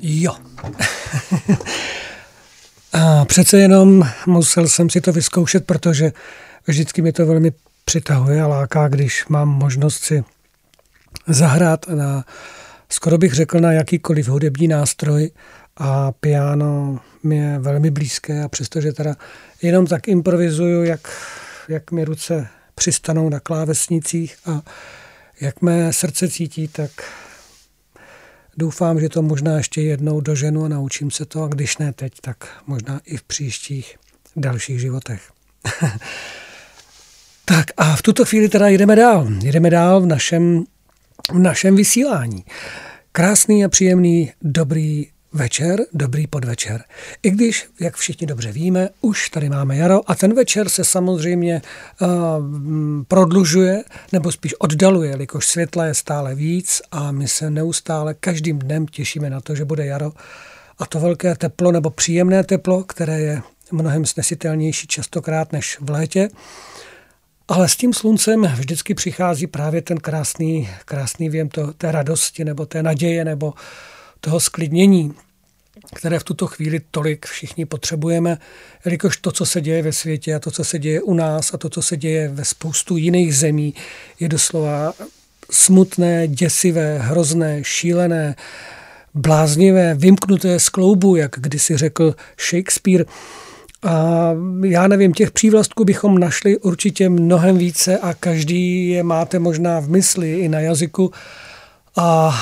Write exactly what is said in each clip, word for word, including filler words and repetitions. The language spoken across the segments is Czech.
Jo. A přece jenom musel jsem si to vyzkoušet, protože vždycky mě to velmi přitahuje a láká, když mám možnost si zahrát na, skoro bych řekl, na jakýkoliv hudební nástroj, a piano mi je velmi blízké, a přestože teda jenom tak improvizuju, jak, jak mi ruce přistanou na klávesnicích a jak mé srdce cítí, tak doufám, že to možná ještě jednou doženu a naučím se to, a když ne teď, tak možná i v příštích dalších životech. Tak a v tuto chvíli teda jdeme dál. Jdeme dál v našem, v našem vysílání. Krásný a příjemný dobrý večer, dobrý podvečer. I když, jak všichni dobře víme, už tady máme jaro a ten večer se samozřejmě uh, prodlužuje, nebo spíš oddaluje, jelikož světla je stále víc a my se neustále každým dnem těšíme na to, že bude jaro, a to velké teplo nebo příjemné teplo, které je mnohem snesitelnější častokrát než v létě. Ale s tím sluncem vždycky přichází právě ten krásný, krásný věm to, té radosti nebo té naděje nebo toho sklidnění, které v tuto chvíli tolik všichni potřebujeme, jelikož to, co se děje ve světě a to, co se děje u nás a to, co se děje ve spoustu jiných zemí, je doslova smutné, děsivé, hrozné, šílené, bláznivé, vymknuté z kloubu, jak kdysi řekl Shakespeare. A já nevím, těch přívlastků bychom našli určitě mnohem více a každý je máte možná v mysli i na jazyku. A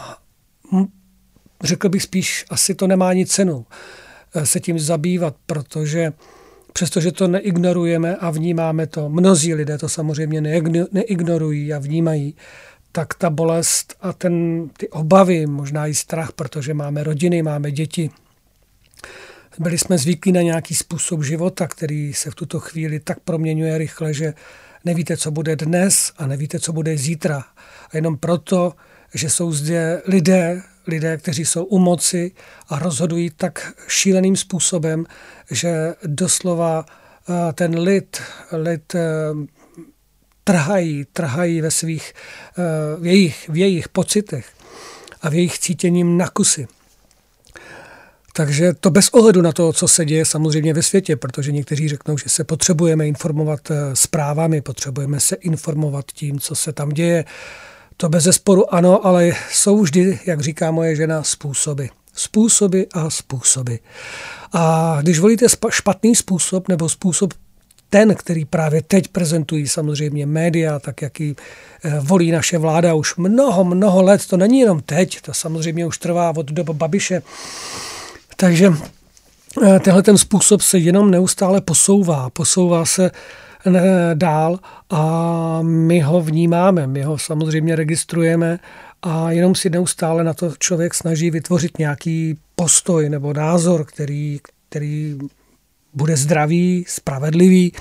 řekl bych spíš, asi to nemá nic cenu se tím zabývat, protože přestože to neignorujeme a vnímáme to, mnozí lidé to samozřejmě neignorují a vnímají, tak ta bolest a ten, ty obavy, možná i strach, protože máme rodiny, máme děti, byli jsme zvyklí na nějaký způsob života, který se v tuto chvíli tak proměňuje rychle, že nevíte, co bude dnes a nevíte, co bude zítra. A jenom proto, že jsou zde lidé, lidé, kteří jsou u moci a rozhodují tak šíleným způsobem, že doslova ten lid, lid trhají, trhají ve svých, v jejich, v jejich pocitech a v jejich cítěním na kusy. Takže to bez ohledu na to, co se děje samozřejmě ve světě, protože někteří řeknou, že se potřebujeme informovat zprávami, potřebujeme se informovat tím, co se tam děje. To bezesporu ano, ale jsou vždy, jak říká moje žena, způsoby. Způsoby a způsoby. A když volíte špatný způsob nebo způsob ten, který právě teď prezentují samozřejmě média, tak jak ji volí naše vláda už mnoho, mnoho let, to není jenom teď, to samozřejmě už trvá od doby Babiše. Takže tenhle ten způsob se jenom neustále posouvá, posouvá se dál a my ho vnímáme, my ho samozřejmě registrujeme a jenom si neustále na to člověk snaží vytvořit nějaký postoj nebo názor, který, který bude zdravý, spravedlivý,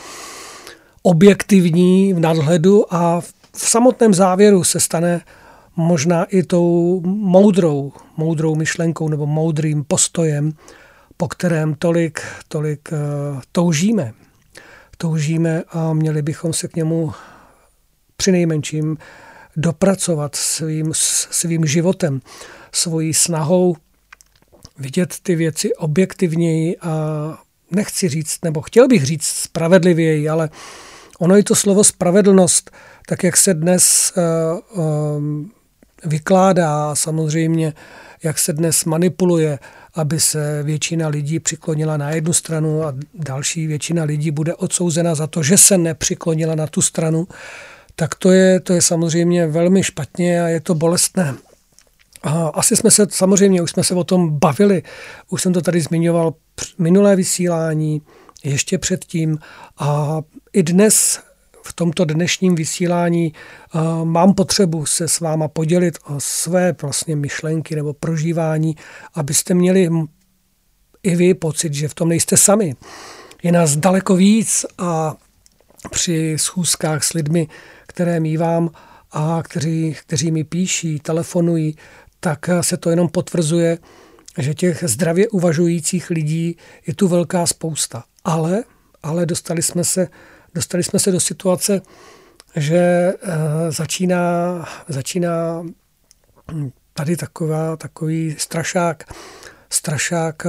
objektivní v nadhledu a v samotném závěru se stane možná i tou moudrou, moudrou myšlenkou nebo moudrým postojem, po kterém tolik, tolik uh, toužíme. Toužíme a měli bychom se k němu přinejmenším dopracovat svým, svým životem, svojí snahou vidět ty věci objektivněji a nechci říct, nebo chtěl bych říct spravedlivěji, ale ono i to slovo spravedlnost, tak jak se dnes uh, um, vykládá, samozřejmě jak se dnes manipuluje, aby se většina lidí přiklonila na jednu stranu a další většina lidí bude odsouzena za to, že se nepřiklonila na tu stranu, tak to je, to je samozřejmě velmi špatně a je to bolestné. A asi jsme se, samozřejmě už jsme se o tom bavili, už jsem to tady zmiňoval minulé vysílání, ještě předtím a i dnes v tomto dnešním vysílání uh, mám potřebu se s váma podělit o své vlastně myšlenky nebo prožívání, abyste měli i vy pocit, že v tom nejste sami. Je nás daleko víc a při schůzkách s lidmi, které mívám a kteří, kteří mi píší, telefonují, tak se to jenom potvrzuje, že těch zdravě uvažujících lidí je tu velká spousta. Ale, ale dostali jsme se Dostali jsme se do situace, že začíná, začíná tady taková, takový strašák, strašák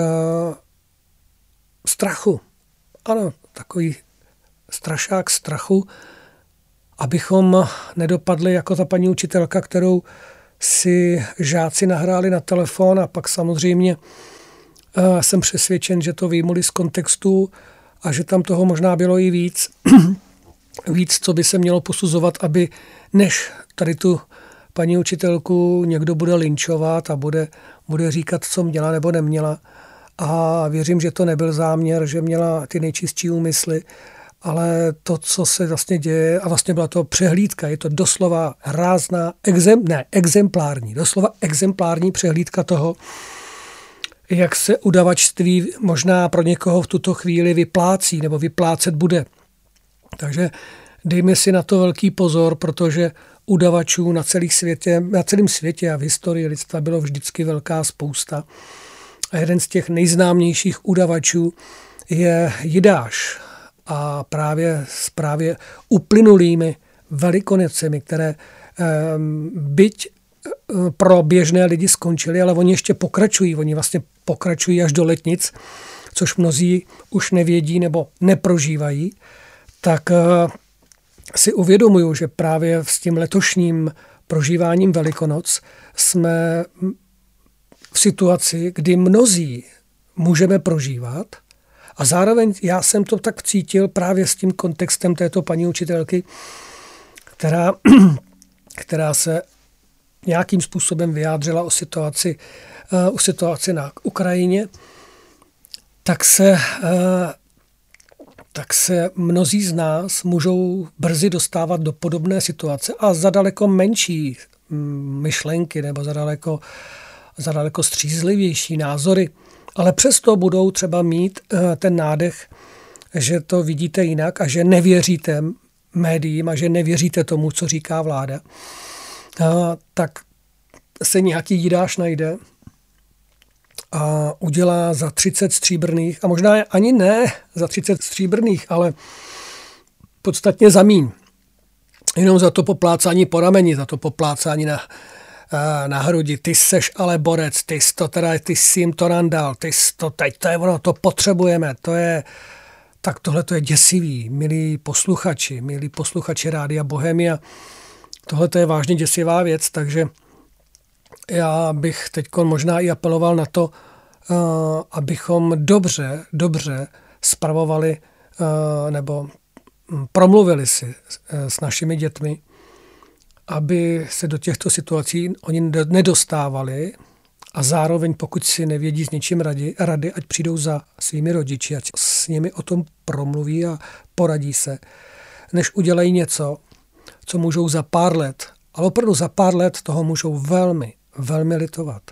strachu. Ano, takový strašák strachu, abychom nedopadli jako ta paní učitelka, kterou si žáci nahráli na telefon a pak samozřejmě uh, jsem přesvědčen, že to vyjmuli z kontextu a že tam toho možná bylo i víc, víc, co by se mělo posuzovat, aby než tady tu paní učitelku někdo bude lynčovat a bude, bude říkat, co měla nebo neměla. A věřím, že to nebyl záměr, že měla ty nejčistší úmysly, ale to, co se vlastně děje, a vlastně byla to přehlídka, je to doslova rázná, exem, ne, exemplární, doslova exemplární přehlídka toho, jak se udavačství možná pro někoho v tuto chvíli vyplácí nebo vyplácet bude. Takže dejme si na to velký pozor, protože udavačů na, celý světě, na celém světě a v historii lidstva bylo vždycky velká spousta. A jeden z těch nejznámějších udavačů je Jidáš. A právě s právě uplynulými velikonocemi, které byť pro běžné lidi skončily, ale oni ještě pokračují. Oni vlastně pokračují až do letnic, což mnozí už nevědí nebo neprožívají. Tak si uvědomuju, že právě s tím letošním prožíváním Velikonoc jsme v situaci, kdy mnozí můžeme prožívat a zároveň já jsem to tak cítil právě s tím kontextem této paní učitelky, která, která se nějakým způsobem vyjádřila o situaci, o situaci na Ukrajině, tak se, tak se mnozí z nás můžou brzy dostávat do podobné situace a za daleko menší myšlenky nebo za daleko, za daleko střízlivější názory, ale přesto budou třeba mít ten nádech, že to vidíte jinak a že nevěříte médiím a že nevěříte tomu, co říká vláda, tak se nějaký Jidáš najde a udělá za třicet stříbrných, a možná ani ne za třicet stříbrných, ale podstatně za míň. Jenom za to poplácání po rameni, za to poplácání na, na hrudi. Ty seš ale borec, ty jsi to teda, ty jsi jim to nandal, ty jsi to teď, to je ono, to potřebujeme, to je, tak tohle to je děsivý, milí posluchači, milí posluchači Rádia Bohemia. Tohle to je vážně děsivá věc, takže já bych teď možná i apeloval na to, uh, abychom dobře, dobře spravovali uh, nebo promluvili si uh, s našimi dětmi, aby se do těchto situací oni nedostávali a zároveň, pokud si nevědí s něčím rady, rady, ať přijdou za svými rodiči, ať s nimi o tom promluví a poradí se, než udělají něco, co můžou za pár let, ale opravdu za pár let toho můžou velmi, velmi litovat.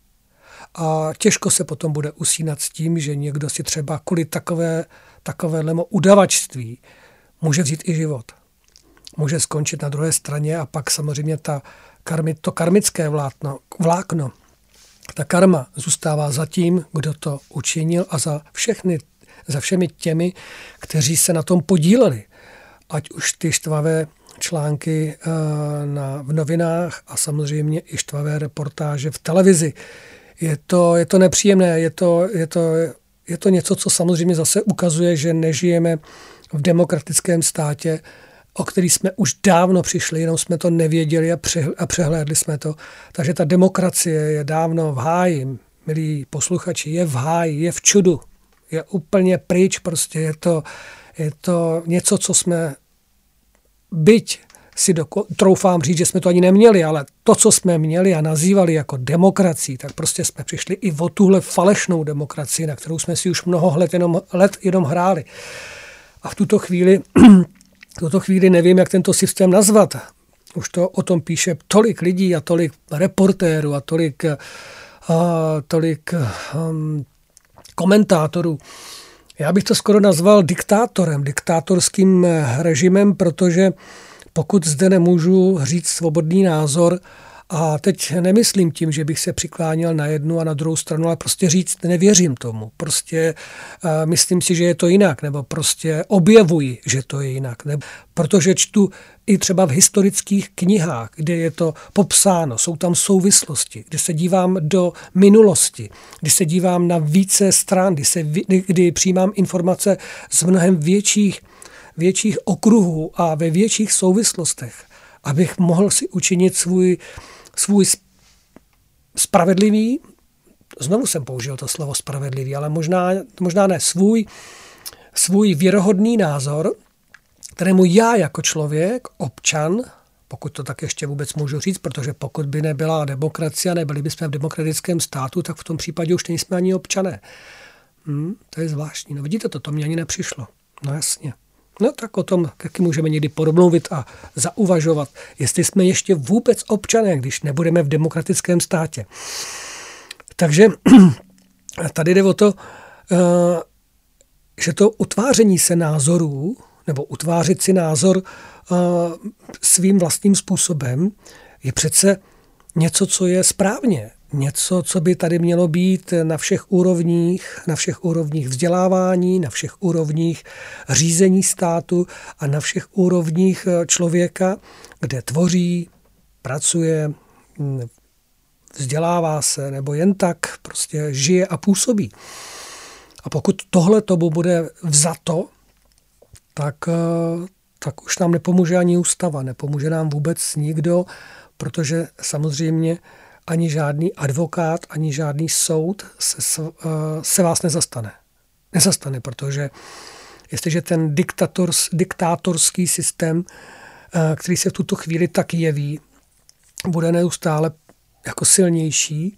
A těžko se potom bude usínat s tím, že někdo si třeba kvůli takové, takovému udavačství může vzít i život. Může skončit na druhé straně a pak samozřejmě ta karmi, to karmické vlákno, vlákno, ta karma zůstává za tím, kdo to učinil a za všechny, za všemi těmi, kteří se na tom podíleli. Ať už ty štvavé články na, v novinách a samozřejmě i štvavé reportáže v televizi. Je to, je to nepříjemné, je to, je, to, je to něco, co samozřejmě zase ukazuje, že nežijeme v demokratickém státě, o který jsme už dávno přišli, jenom jsme to nevěděli a, pře, a přehlédli jsme to. Takže ta demokracie je dávno v háji, milí posluchači, je v háji, je v čudu, je úplně pryč, prostě je to, je to něco, co jsme byť si doko- troufám říct, že jsme to ani neměli, ale to, co jsme měli a nazývali jako demokracii, tak prostě jsme přišli i o tuhle falešnou demokracii, na kterou jsme si už mnoho let jenom, let jenom hráli. A v tuto chvíli, v tuto chvíli nevím, jak tento systém nazvat. Už to o tom píše tolik lidí a tolik reportérů a tolik, a, tolik um, komentátorů. Já bych to skoro nazval diktátorem, diktátorským režimem, protože pokud zde nemůžu říct svobodný názor A teď nemyslím tím, že bych se přikláněl na jednu a na druhou stranu, ale prostě říct, nevěřím tomu. Prostě uh, myslím si, že je to jinak, nebo prostě objevuji, že to je jinak. Nebo, protože čtu i třeba v historických knihách, kde je to popsáno, jsou tam souvislosti, kde se dívám do minulosti, kdy se dívám na více stran, kdy, se, kdy přijímám informace z mnohem větších, větších okruhů a ve větších souvislostech, abych mohl si učinit svůj, svůj spravedlivý, znovu jsem použil to slovo spravedlivý, ale možná, možná ne, svůj, svůj věrohodný názor, kterému já jako člověk, občan, pokud to tak ještě vůbec můžu říct, protože pokud by nebyla demokracie, nebyli bychom v demokratickém státu, tak v tom případě už nejsme ani občané. Hmm, to je zvláštní. No vidíte to, to mě ani nepřišlo. No jasně. No tak o tom taky můžeme někdy poromluvit a zauvažovat, jestli jsme ještě vůbec občané, když nebudeme v demokratickém státě. Takže tady jde o to, že to utváření se názorů, nebo utvářet si názor svým vlastním způsobem, je přece něco, co je správně. Něco, co by tady mělo být na všech úrovních, na všech úrovních vzdělávání, na všech úrovních řízení státu a na všech úrovních člověka, kde tvoří, pracuje, vzdělává se nebo jen tak prostě žije a působí. A pokud tohle tomu bude vzato, tak, tak už nám nepomůže ani ústava, nepomůže nám vůbec nikdo, protože samozřejmě ani žádný advokát, ani žádný soud se, se vás nezastane. Nezastane, protože jestliže ten diktators, diktátorský systém, který se v tuto chvíli tak jeví, bude neustále jako silnější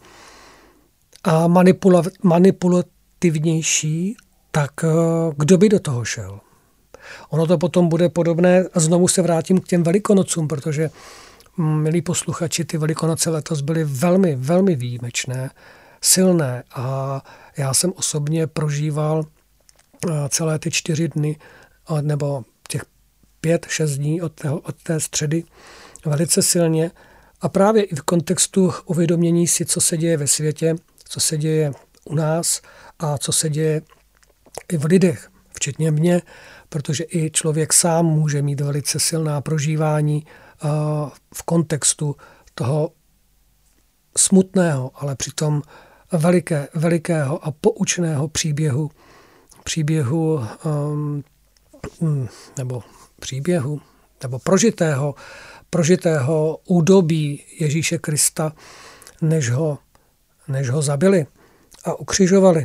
a manipula, manipulativnější, tak kdo by do toho šel? Ono to potom bude podobné, a znovu se vrátím k těm Velikonocům, protože milí posluchači, ty Velikonoce letos byly velmi, velmi výjimečné, silné a já jsem osobně prožíval celé ty čtyři dny nebo těch pět, šest dní od, tého, od té středy velice silně a právě i v kontextu uvědomění si, co se děje ve světě, co se děje u nás a co se děje i v lidech, včetně mě, protože i člověk sám může mít velice silná prožívání v kontextu toho smutného, ale přitom veliké, velikého a poučného příběhu, příběhu um, nebo příběhu, nebo prožitého, prožitého údobí Ježíše Krista, než ho, než ho zabili a ukřižovali.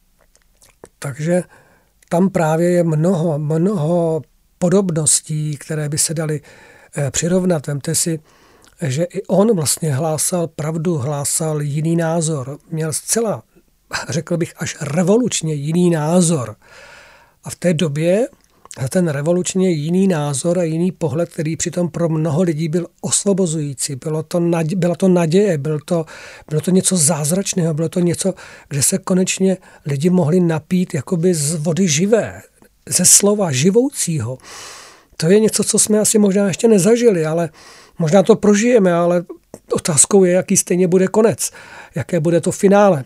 Takže tam právě je mnoho, mnoho podobností, které by se daly přirovnat. Vemte si, že i on vlastně hlásal pravdu, hlásal jiný názor. Měl zcela, řekl bych, až revolučně jiný názor. A v té době ten revolučně jiný názor a jiný pohled, který přitom pro mnoho lidí byl osvobozující. Bylo to nadě, byla to naděje, bylo to, bylo to něco zázračného, bylo to něco, kde se konečně lidi mohli napít jakoby z vody živé, ze slova živoucího. To je něco, co jsme asi možná ještě nezažili, ale možná to prožijeme, ale otázkou je, jaký stejně bude konec, jaké bude to finále.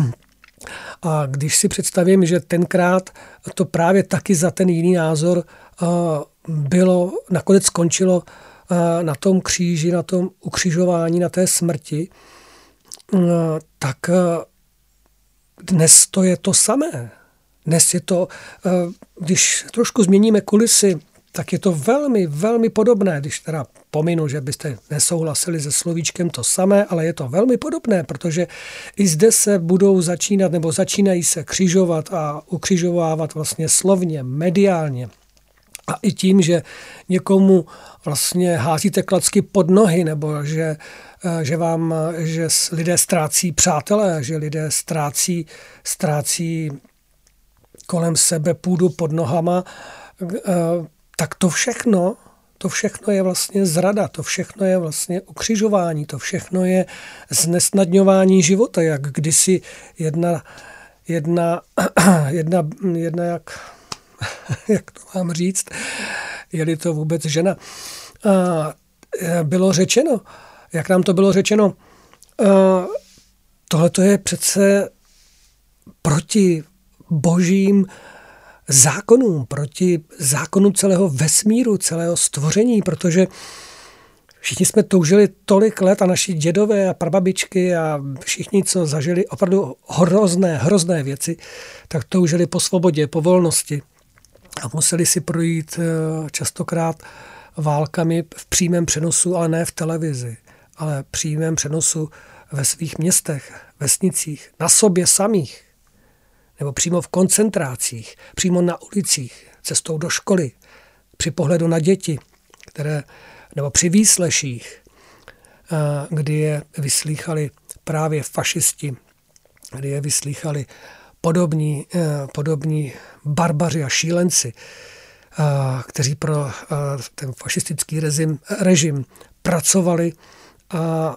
A když si představím, že tenkrát to právě taky za ten jiný názor bylo, nakonec skončilo na tom kříži, na tom ukřižování, na té smrti, tak dnes to je to samé. Dnes je to, když trošku změníme kulisy, tak je to velmi, velmi podobné, když teda pominu, že byste nesouhlasili se slovíčkem to samé, ale je to velmi podobné, protože i zde se budou začínat, nebo začínají se křižovat a ukřižovávat vlastně slovně, mediálně. A i tím, že někomu vlastně házíte klacky pod nohy, nebo že, že vám, že lidé ztrácí přátelé, že lidé ztrácí, ztrácí kolem sebe půdu pod nohama, tak to všechno, to všechno je vlastně zrada, to všechno je vlastně ukřižování, to všechno je znesnadňování života, jak kdysi jedna, jedna, jedna, jedna jak, jak to mám říct, je-li to vůbec žena, bylo řečeno, jak nám to bylo řečeno, tohle to je přece proti božím zákonům, proti zákonu celého vesmíru, celého stvoření, protože všichni jsme toužili tolik let a naši dědové a prababičky a všichni, co zažili opravdu hrozné, hrozné věci, tak toužili po svobodě, po volnosti a museli si projít častokrát válkami v přímém přenosu, ale ne v televizi, ale v přímém přenosu ve svých městech, vesnicích, na sobě samých, nebo přímo v koncentrácích, přímo na ulicích, cestou do školy, při pohledu na děti, které, nebo při výsleších, kdy je vyslýchali právě fašisti, kdy je vyslýchali podobní, podobní barbaři a šílenci, kteří pro ten fašistický režim, režim pracovali a,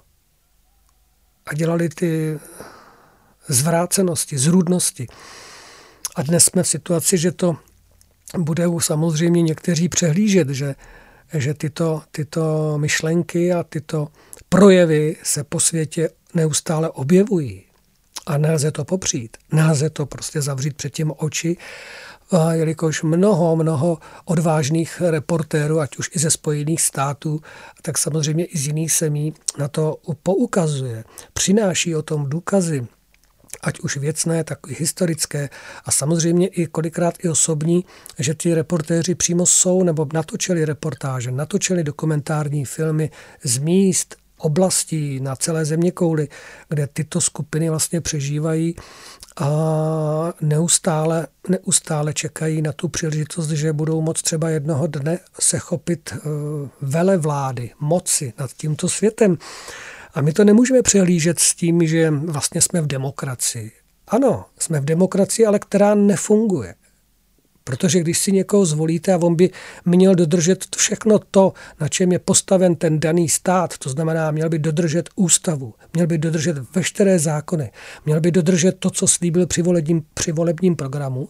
a dělali ty zvrácenosti, zrůdnosti. A dnes jsme v situaci, že to budou samozřejmě někteří přehlížet, že, že tyto, tyto myšlenky a tyto projevy se po světě neustále objevují. A nelze to popřít. Nelze to prostě zavřít před těmi oči, a jelikož mnoho, mnoho odvážných reportérů, ať už i ze Spojených států, tak samozřejmě i z jiných zemí na to poukazuje. Přináší o tom důkazy, ať už věcné, tak i historické a samozřejmě i kolikrát i osobní, že ty reportéři přímo jsou nebo natočili reportáže, natočili dokumentární filmy z míst, oblastí na celé zeměkouli, kde tyto skupiny vlastně přežívají a neustále, neustále čekají na tu příležitost, že budou moct třeba jednoho dne se chopit velevlády, moci nad tímto světem. A my to nemůžeme přehlížet s tím, že vlastně jsme v demokracii. Ano, jsme v demokracii, ale která nefunguje. Protože když si někoho zvolíte a on by měl dodržet všechno to, na čem je postaven ten daný stát, to znamená, měl by dodržet ústavu, měl by dodržet veškeré zákony, měl by dodržet to, co slíbil při volebním, při volebním programu,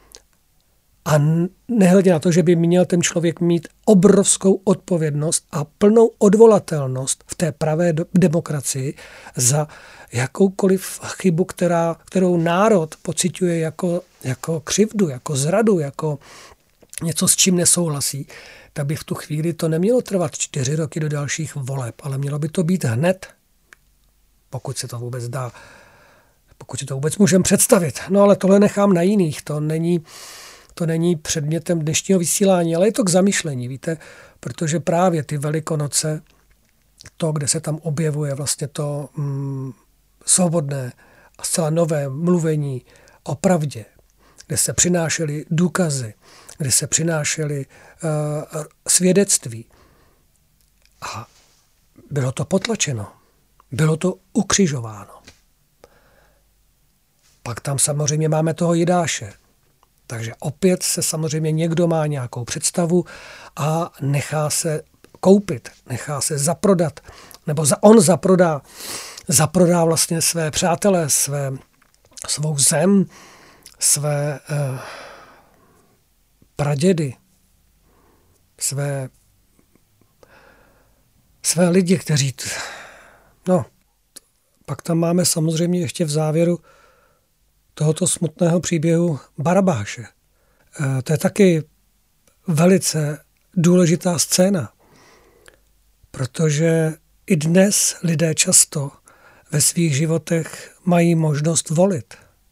a nehledě na to, že by měl ten člověk mít obrovskou odpovědnost a plnou odvolatelnost v té pravé demokracii za jakoukoliv chybu, která, kterou národ pociťuje jako, jako křivdu, jako zradu, jako něco, s čím nesouhlasí, tak by v tu chvíli to nemělo trvat čtyři roky do dalších voleb, ale mělo by to být hned, pokud se to vůbec dá, pokud si to vůbec můžeme představit. No ale tohle nechám na jiných, to není... To není předmětem dnešního vysílání, ale je to k zamyšlení, víte, protože právě ty Velikonoce, to, kde se tam objevuje vlastně to mm, svobodné a zcela nové mluvení o pravdě, kde se přinášely důkazy, kde se přinášely uh, svědectví. A bylo to potlačeno, bylo to ukřižováno. Pak tam samozřejmě máme toho Jidáše. Takže opět se samozřejmě někdo má nějakou představu a nechá se koupit, nechá se zaprodat, nebo za, on zaprodá, zaprodá vlastně své přátelé, své, svou zem, své eh, pradědy, své, své lidi, kteří... No, pak tam máme samozřejmě ještě v závěru tohoto smutného příběhu Barabáše. E, to je taky velice důležitá scéna, protože i dnes lidé často ve svých životech mají možnost volit.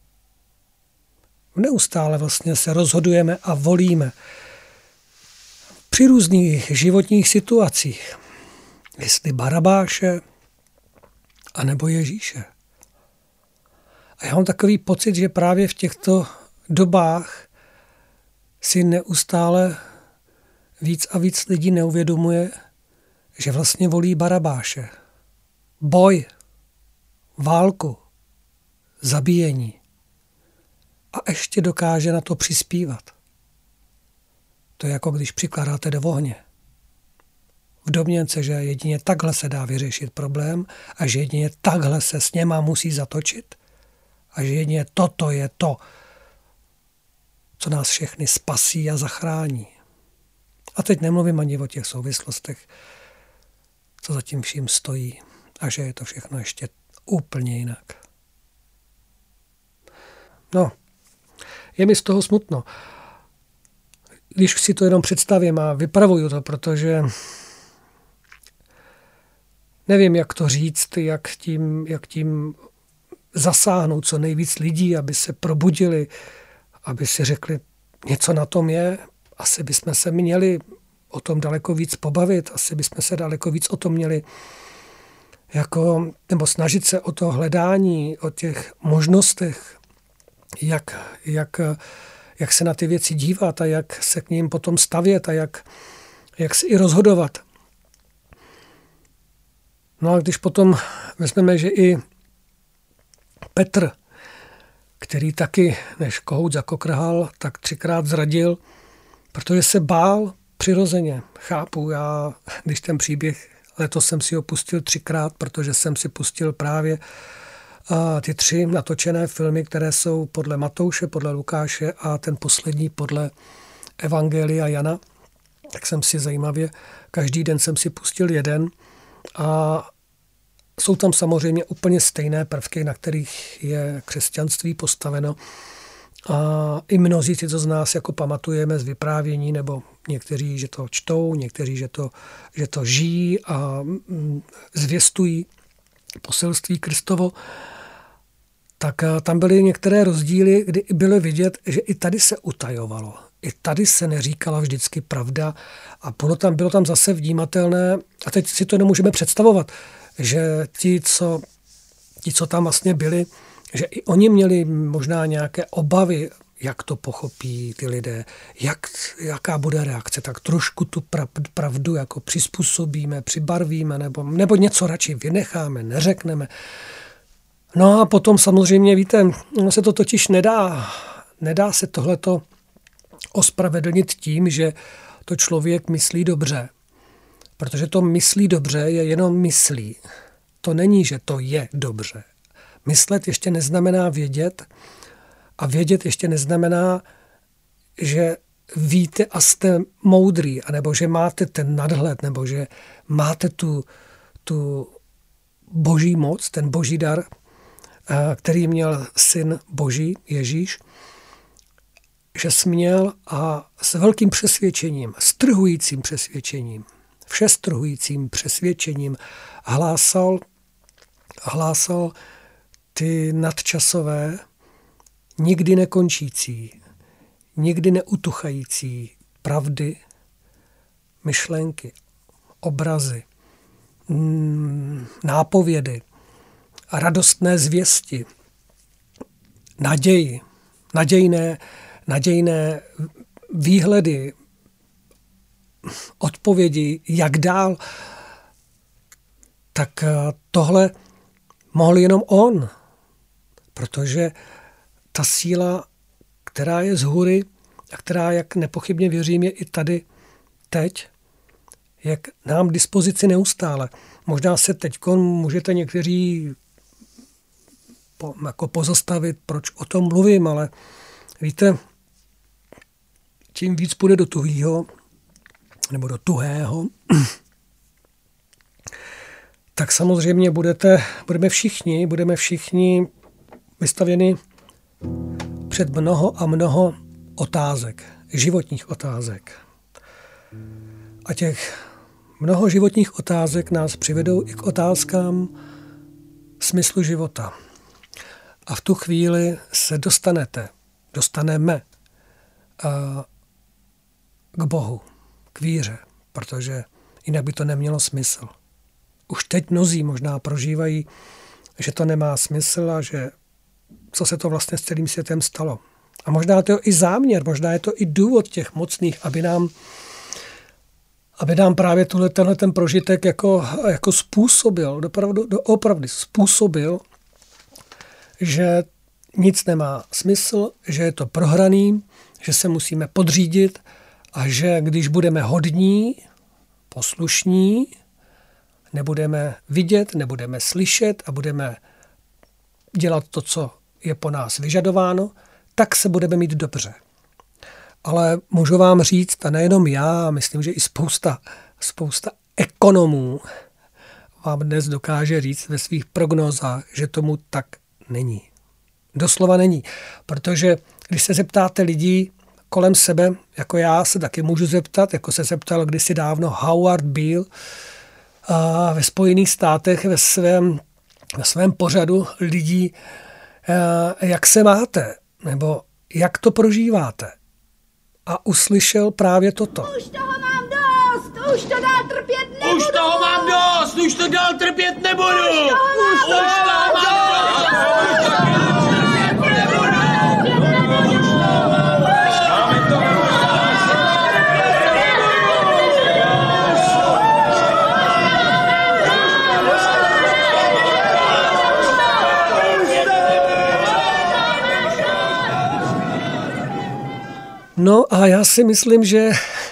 Neustále vlastně se rozhodujeme a volíme při různých životních situacích, jestli Barabáše anebo Ježíše. A já mám takový pocit, že právě v těchto dobách si neustále víc a víc lidí neuvědomuje, že vlastně volí Barabáše. Boj, válku, zabíjení. A ještě dokáže na to přispívat. To je jako když přikládáte do ohně. V domněnce, že jedině takhle se dá vyřešit problém a že jedině takhle se s něma musí zatočit a že jedině toto je to, co nás všechny spasí a zachrání. A teď nemluvím ani o těch souvislostech co za tím vším stojí a že je to všechno ještě úplně jinak. No, je mi z toho smutno. Když si to jenom představím a vypravuju to, protože nevím, jak to říct, jak tím, jak tím zasáhnout co nejvíc lidí, aby se probudili, aby si řekli, něco na tom je, asi bychom se měli o tom daleko víc pobavit, asi bychom se daleko víc o tom měli jako, nebo snažit se o to hledání, o těch možnostech, jak, jak, jak se na ty věci dívat a jak se k ním potom stavět a jak, jak se i rozhodovat. No a když potom vezmeme, že i Petr, který taky, než kohout zakokrhal, tak třikrát zradil, protože se bál přirozeně. Chápu, já, když ten příběh, letos jsem si ho pustil třikrát, protože jsem si pustil právě a ty tři natočené filmy, které jsou podle Matouše, podle Lukáše a ten poslední podle Evangelia Jana. Tak jsem si zajímavě, každý den jsem si pustil jeden a jsou tam samozřejmě úplně stejné prvky, na kterých je křesťanství postaveno. A i mnozí si to z nás jako pamatujeme z vyprávění, nebo někteří, že to čtou, někteří, že to, že to žijí a zvěstují poselství Kristovo. Tak tam byly některé rozdíly, kdy bylo vidět, že i tady se utajovalo. I tady se neříkala vždycky pravda a bylo tam, bylo tam zase vnímatelné, a teď si to nemůžeme představovat, že ti, co, ti, co tam vlastně byli, že i oni měli možná nějaké obavy, jak to pochopí ty lidé, jak, jaká bude reakce, tak trošku tu pravdu jako přizpůsobíme, přibarvíme, nebo, nebo něco radši vynecháme, neřekneme. No a potom samozřejmě, víte, no se to totiž nedá, nedá se tohleto ospravedlnit tím, že to člověk myslí dobře. Protože to myslí dobře je jenom myslí. To není, že to je dobře. Myslet ještě neznamená vědět a vědět ještě neznamená, že víte a jste moudrý, anebo že máte ten nadhled, nebo že máte tu, tu boží moc, ten boží dar, který měl syn boží, Ježíš, že směl a s velkým přesvědčením, strhujícím přesvědčením, všestrhujícím přesvědčením hlásal, hlásal ty nadčasové, nikdy nekončící, nikdy neutuchající pravdy, myšlenky, obrazy, nápovědy, radostné zvěsti, naději, nadějné, nadějné výhledy, odpovědi, jak dál, tak tohle mohl jenom on, protože ta síla, která je z hůry a která, jak nepochybně věřím, je i tady teď, jak nám k dispozici neustále. Možná se teď můžete někteří po, jako pozastavit, proč o tom mluvím, ale víte, čím víc půjde do tuhýho, nebo do tuhého, tak samozřejmě budete, budeme všichni, budeme všichni vystavěni před mnoho a mnoho otázek, životních otázek. A těch mnoho životních otázek nás přivedou i k otázkám smyslu života. A v tu chvíli se dostanete, dostaneme k Bohu, k víře, protože jinak by to nemělo smysl. Už teď mnozí možná prožívají, že to nemá smysl a že co se to vlastně s celým světem stalo. A možná to je i záměr, možná je to i důvod těch mocných, aby nám, aby nám právě tuhle, tenhle ten prožitek jako, jako způsobil, opravdu, opravdu způsobil, že nic nemá smysl, že je to prohraný, že se musíme podřídit a že když budeme hodní, poslušní, nebudeme vidět, nebudeme slyšet a budeme dělat to, co je po nás vyžadováno, tak se budeme mít dobře. Ale můžu vám říct, a nejenom já, myslím, že i spousta, spousta ekonomů, vám dnes dokáže říct ve svých prognózách, že tomu tak není. Doslova není. Protože když se zeptáte lidí kolem sebe, jako já se taky můžu zeptat, jako se zeptal kdysi dávno Howard Beale a ve Spojených státech ve svém, ve svém pořadu lidí, jak se máte, nebo jak to prožíváte. A uslyšel právě toto. Už toho mám dost, už to dál trpět nebudu. Už toho mám dost, už to dál trpět nebudu. Už toho mám dost. No a já si myslím, že,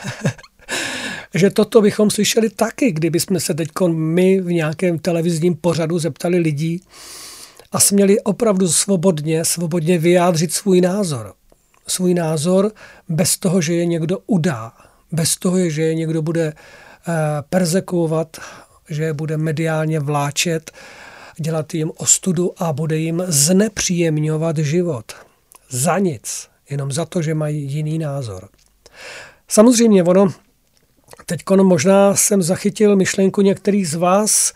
že toto bychom slyšeli taky, kdybychom se teď my v nějakém televizním pořadu zeptali lidí a směli opravdu svobodně, svobodně vyjádřit svůj názor. Svůj názor bez toho, že je někdo udá, bez toho, že je někdo bude perzekuovat, že je bude mediálně vláčet, dělat jim ostudu a bude jim znepříjemňovat život. Za nic. Jenom za to, že mají jiný názor. Samozřejmě ono, teď možná jsem zachytil myšlenku některých z vás,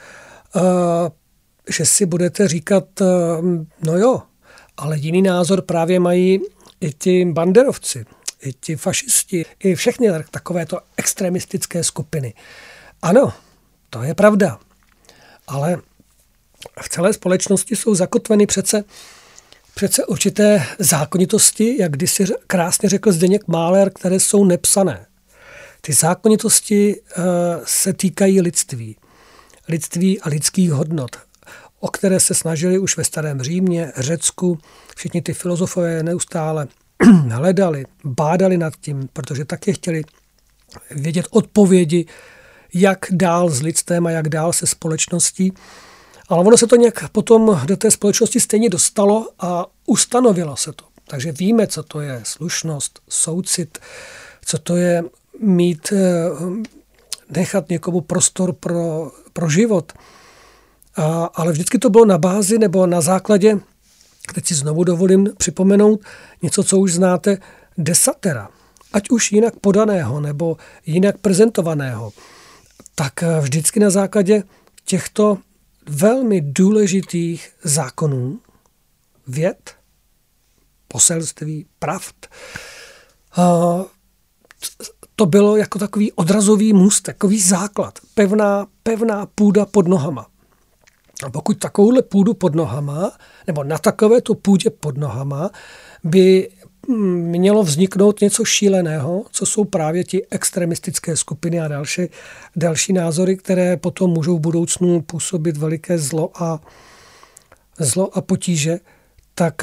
že si budete říkat, no jo, ale jiný názor právě mají i ti banderovci, i ti fašisti, i všechny takovéto extremistické skupiny. Ano, to je pravda, ale v celé společnosti jsou zakotveny přece Přece určité zákonitosti, jak kdysi krásně řekl Zdeněk Máler, které jsou nepsané. Ty zákonitosti se týkají lidství. Lidství a lidských hodnot, o které se snažili už ve starém Římě, Řecku. Všichni ty filozofové neustále hledali, bádali nad tím, protože taky chtěli vědět odpovědi, jak dál s lidstvem a jak dál se společností. Ale ono se to nějak potom do té společnosti stejně dostalo a ustanovilo se to. Takže víme, co to je slušnost, soucit, co to je mít, nechat někomu prostor pro, pro život. A, ale vždycky to bylo na bázi nebo na základě, teď si znovu dovolím připomenout něco, co už znáte, desatera. Ať už jinak podaného nebo jinak prezentovaného. Tak vždycky na základě těchto velmi důležitých zákonů, věd, poselství, pravd. To bylo jako takový odrazový můstek, takový základ, pevná, pevná půda pod nohama. A pokud takovouhle půdu pod nohama, nebo na takovéto půdě pod nohama, by mělo vzniknout něco šíleného, co jsou právě ti extremistické skupiny a další, další názory, které potom můžou v budoucnu působit veliké zlo a, zlo a potíže, tak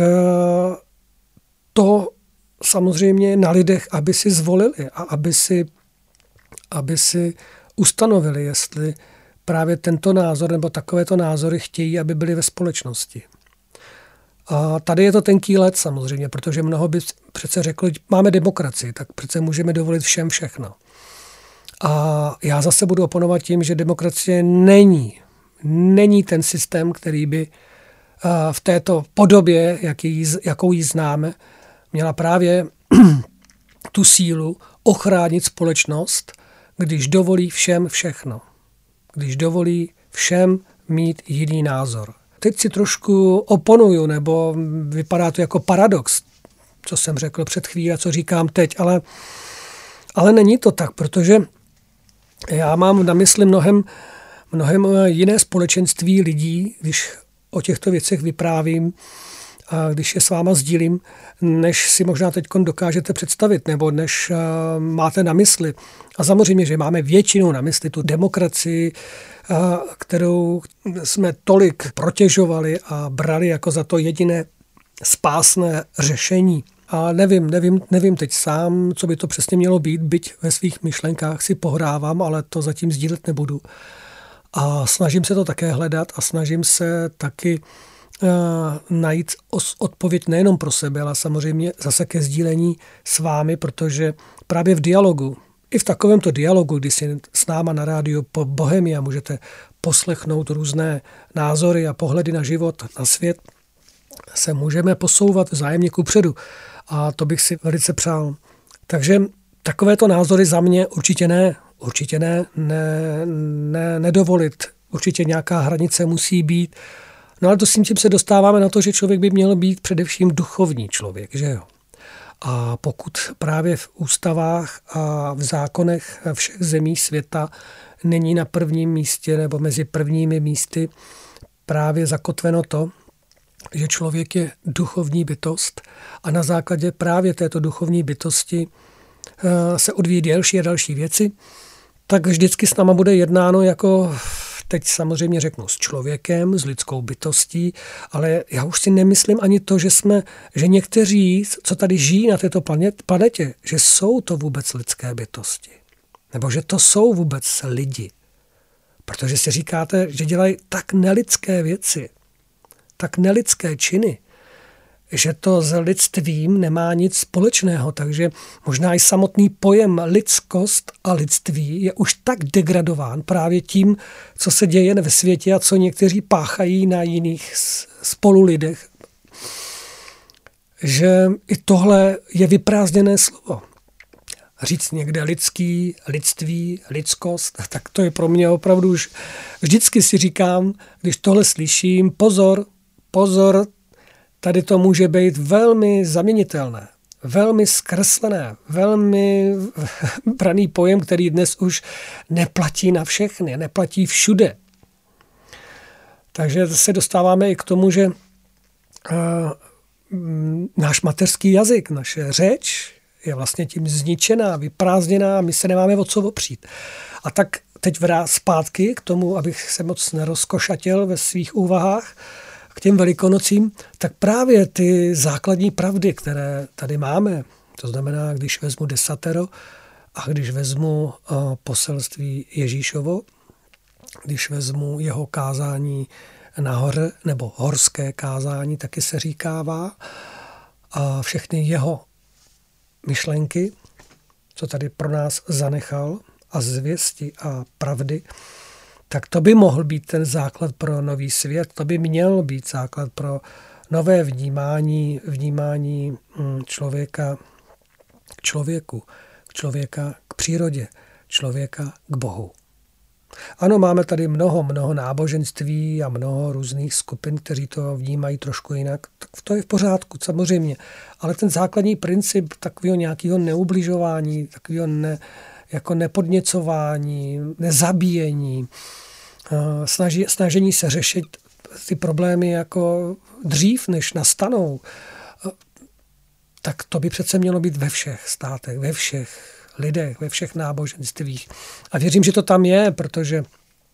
to samozřejmě na lidech, aby si zvolili a aby si, aby si ustanovili, jestli právě tento názor nebo takovéto názory chtějí, aby byly ve společnosti. A tady je to tenký led samozřejmě, protože mnoho by přece řeklo, máme demokracii, tak přece můžeme dovolit všem všechno. A já zase budu oponovat tím, že demokracie není, není ten systém, který by v této podobě, jaký, jakou ji známe, měla právě tu sílu ochránit společnost, když dovolí všem všechno. Když dovolí všem mít jiný názor. Teď si trošku oponuju, nebo vypadá to jako paradox, co jsem řekl před chvílí a co říkám teď, ale, ale není to tak, protože já mám na mysli mnohem, mnohem jiné společenství lidí, když o těchto věcech vyprávím a když je s váma sdílím, než si možná teď dokážete představit, nebo než máte na mysli. A samozřejmě, že máme většinou na mysli tu demokracii, kterou jsme tolik protěžovali a brali jako za to jediné spásné řešení. A nevím, nevím, nevím teď sám, co by to přesně mělo být, byť ve svých myšlenkách si pohrávám, ale to zatím sdílet nebudu. A snažím se to také hledat a snažím se taky uh, najít odpověď nejenom pro sebe, ale samozřejmě zase ke sdílení s vámi, protože právě v dialogu, i v takovémto dialogu, kdy si s náma na rádiu po Bohemia můžete poslechnout různé názory a pohledy na život, na svět, se můžeme posouvat vzájemně kupředu. A to bych si velice přál. Takže takovéto názory za mě určitě ne, určitě ne, ne, ne nedovolit. Určitě nějaká hranice musí být. No ale to s tím se dostáváme na to, že člověk by měl být především duchovní člověk, že jo. A pokud právě v ústavách a v zákonech všech zemí světa není na prvním místě nebo mezi prvními místy právě zakotveno to, že člověk je duchovní bytost a na základě právě této duchovní bytosti se odvíjí další a další věci, tak vždycky s náma bude jednáno jako, teď samozřejmě řeknu, s člověkem, s lidskou bytostí, ale já už si nemyslím ani to, že jsme, že někteří, co tady žijí na této planetě, že jsou to vůbec lidské bytosti. Nebo že to jsou vůbec lidi. Protože si říkáte, že dělají tak nelidské věci, tak nelidské činy, že to s lidstvím nemá nic společného, takže možná i samotný pojem lidskost a lidství je už tak degradován právě tím, co se děje ve světě a co někteří páchají na jiných spolulidech, že i tohle je vyprázdněné slovo. Říct někde lidský, lidství, lidskost, tak to je pro mě opravdu už vždycky si říkám, když tohle slyším, pozor, pozor, tady to může být velmi zaměnitelné, velmi zkreslené, velmi braný pojem, který dnes už neplatí na všechny, neplatí všude. Takže se dostáváme i k tomu, že uh, náš mateřský jazyk, naše řeč je vlastně tím zničená, vyprázdněná a my se nemáme o co opřít. A tak teď vrát zpátky k tomu, abych se moc nerozkošatěl ve svých úvahách, k těm Velikonocím, tak právě ty základní pravdy, které tady máme, to znamená, když vezmu desatero a když vezmu poselství Ježíšovo, když vezmu jeho kázání nahoře, nebo horské kázání, taky se říkává, a všechny jeho myšlenky, co tady pro nás zanechal, a zvěsti a pravdy, tak to by mohl být ten základ pro nový svět, to by měl být základ pro nové vnímání, vnímání člověka k člověku, člověka k přírodě, člověka k Bohu. Ano, máme tady mnoho, mnoho náboženství a mnoho různých skupin, kteří to vnímají trošku jinak. Tak to je v pořádku, samozřejmě. Ale ten základní princip takového nějakého neubližování, takového ne, jako nepodněcování, nezabíjení, snaží, snažení se řešit ty problémy jako dřív, než nastanou, tak to by přece mělo být ve všech státech, ve všech lidech, ve všech náboženstvích. A věřím, že to tam je, protože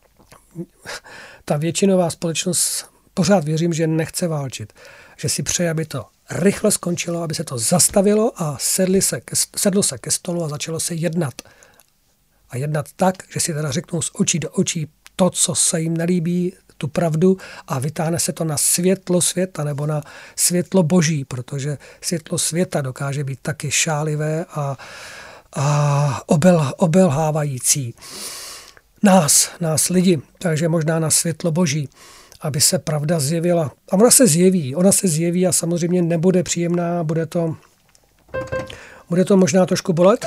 ta většinová společnost pořád věřím, že nechce válčit. Že si přeje, aby to rychle skončilo, aby se to zastavilo a sedli se ke, sedlo se ke stolu a začalo se jednat. A jednat tak, že si teda řeknou z očí do očí to, co se jim nelíbí, tu pravdu a vytáhne se to na světlo světa nebo na světlo boží, protože světlo světa dokáže být taky šálivé a a obel, obelhávající nás, nás lidi, takže možná na světlo boží, aby se pravda zjevila. A ona se zjeví, ona se zjeví a samozřejmě nebude příjemná, bude to, bude to možná trošku bolet.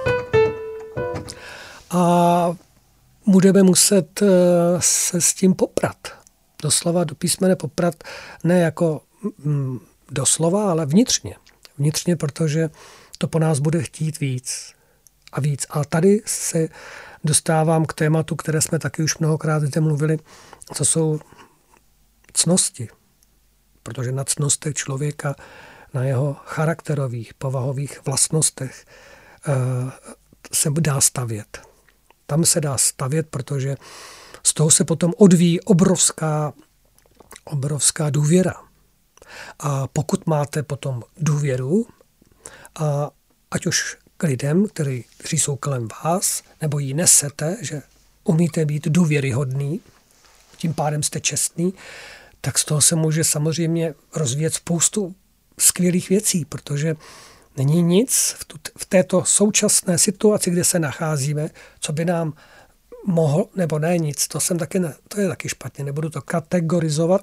A budeme muset se s tím poprat. Doslova, do písmene poprat, ne jako mm, doslova, ale vnitřně. Vnitřně, protože to po nás bude chtít víc a víc. A tady se dostávám k tématu, které jsme taky už mnohokrát zde mluvili, co jsou ctnosti. Protože na ctnostech člověka, na jeho charakterových, povahových vlastnostech se dá stavět. Tam se dá stavět, protože z toho se potom odvíjí obrovská, obrovská důvěra. A pokud máte potom důvěru, a ať už k lidem, kteří, kteří jsou kolem vás, nebo ji nesete, že umíte být důvěryhodný, tím pádem jste čestný, tak z toho se může samozřejmě rozvíjet spoustu skvělých věcí, protože není nic v, tu, v této současné situaci, kde se nacházíme, co by nám mohl, nebo ne nic, to jsem taky, ne, to je taky špatně, nebudu to kategorizovat.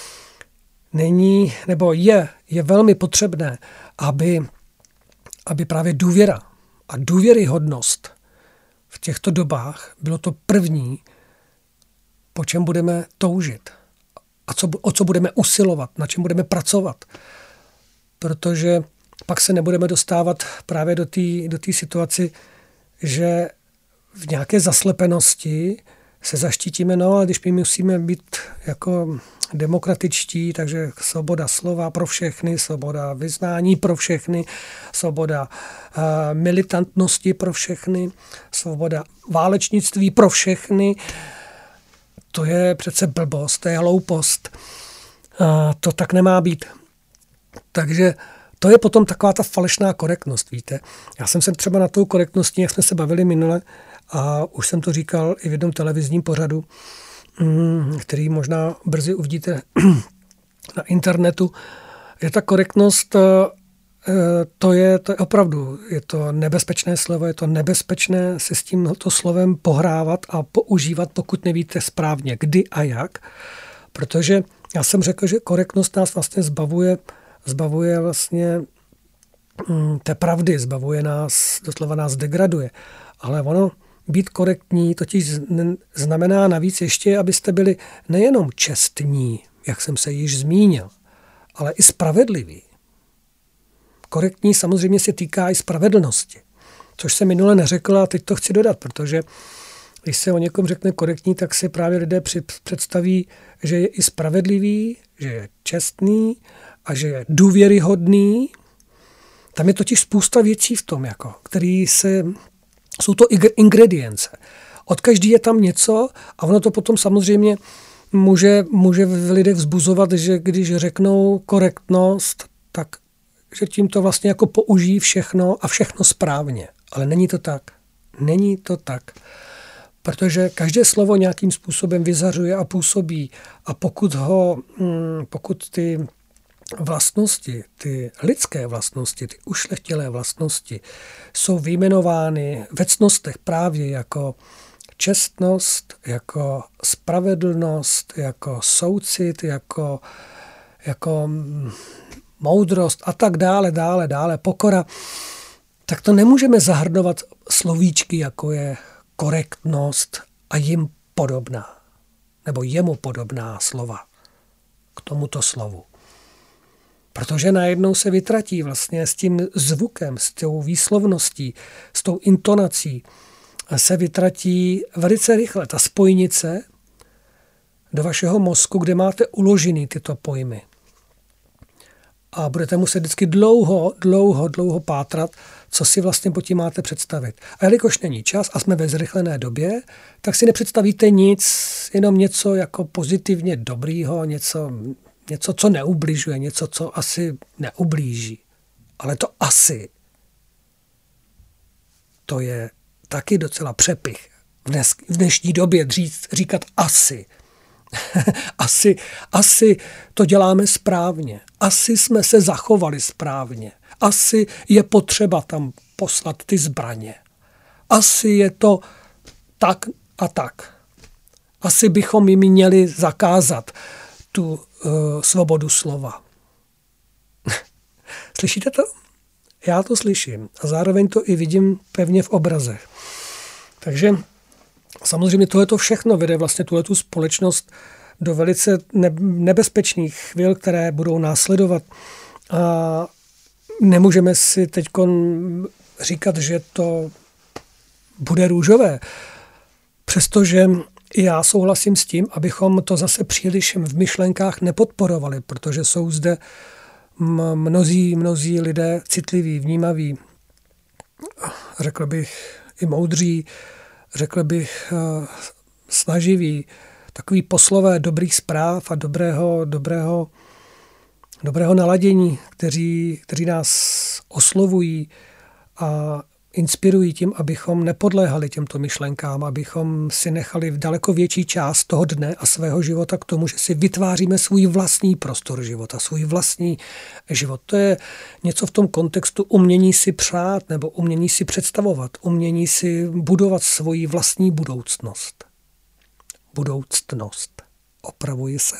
Není, nebo je, je velmi potřebné, aby, aby právě důvěra a důvěryhodnost v těchto dobách bylo to první, po čem budeme toužit a co, o co budeme usilovat, na čem budeme pracovat. Protože pak se nebudeme dostávat právě do té do té situaci, že v nějaké zaslepenosti se zaštítíme, no ale když my musíme být jako demokratičtí, takže svoboda slova pro všechny, svoboda vyznání pro všechny, svoboda uh, militantnosti pro všechny, svoboda válečnictví pro všechny, to je přece blbost, to je hloupost. Uh, to tak nemá být. Takže to je potom taková ta falešná korektnost, víte. Já jsem se třeba na tou korektností, jak jsme se bavili minule, a už jsem to říkal i v jednom televizním pořadu, který možná brzy uvidíte na internetu, je ta korektnost, to je, to je opravdu, je to nebezpečné slovo, je to nebezpečné se s tímto slovem pohrávat a používat, pokud nevíte správně kdy a jak, protože já jsem řekl, že korektnost nás vlastně zbavuje, zbavuje vlastně té pravdy, zbavuje nás, doslova nás degraduje, ale ono být korektní totiž znamená navíc ještě, abyste byli nejenom čestní, jak jsem se již zmínil, ale i spravedliví. Korektní samozřejmě se týká i spravedlnosti, což jsem minule neřekl a teď to chci dodat, protože když se o někom řekne korektní, tak si právě lidé představí, že je i spravedlivý, že je čestný a že je důvěryhodný. Tam je totiž spousta věcí v tom, jako, který se... Jsou to ingredience. Od každý je tam něco a ono to potom samozřejmě může, může v lidech vzbuzovat, že když řeknou korektnost, tak že tím to vlastně jako použijí všechno a všechno správně. Ale není to tak. Není to tak. Protože každé slovo nějakým způsobem vyzařuje a působí a pokud ho, pokud ty vlastnosti, ty lidské vlastnosti, ty ušlechtilé vlastnosti jsou vyjmenovány ve ctnostech právě jako čestnost, jako spravedlnost, jako soucit, jako, jako moudrost a tak dále, dále, dále, pokora, tak to nemůžeme zahrnovat slovíčky, jako je korektnost a jim podobná, nebo jemu podobná slova k tomuto slovu. Protože najednou se vytratí vlastně s tím zvukem, s tou výslovností, s tou intonací se vytratí velice rychle ta spojnice do vašeho mozku, kde máte uložený tyto pojmy. A budete muset vždycky dlouho, dlouho, dlouho pátrat, co si vlastně po tím máte představit. A jelikož není čas a jsme ve zrychlené době, tak si nepředstavíte nic, jenom něco jako pozitivně dobrýho, něco... Něco, co neubližuje, něco, co asi neublíží. Ale to asi, to je taky docela přepich. Dnes, v dnešní době říct, říkat asi. asi. Asi to děláme správně. Asi jsme se zachovali správně. Asi je potřeba tam poslat ty zbraně. Asi je to tak a tak. Asi bychom jim měli zakázat tu uh, svobodu slova. Slyšíte to? Já to slyším a zároveň to i vidím pevně v obrazech. Takže samozřejmě tohleto všechno vede vlastně tuhletu společnost do velice nebezpečných chvil, které budou následovat. A nemůžeme si teď říkat, že to bude růžové, přestože já souhlasím s tím, abychom to zase příliš v myšlenkách nepodporovali, protože jsou zde mnozí, mnozí lidé citliví, vnímaví, řekl bych i moudří, řekl bych snaživí, takový poslové dobrých zpráv a dobrého, dobrého, dobrého naladění, kteří, kteří nás oslovují a inspirují tím, abychom nepodléhali těmto myšlenkám, abychom si nechali v daleko větší část toho dne a svého života k tomu, že si vytváříme svůj vlastní prostor života, svůj vlastní život. To je něco v tom kontextu umění si přát nebo umění si představovat, umění si budovat svoji vlastní budoucnost. Budoucnost. Opravuji se.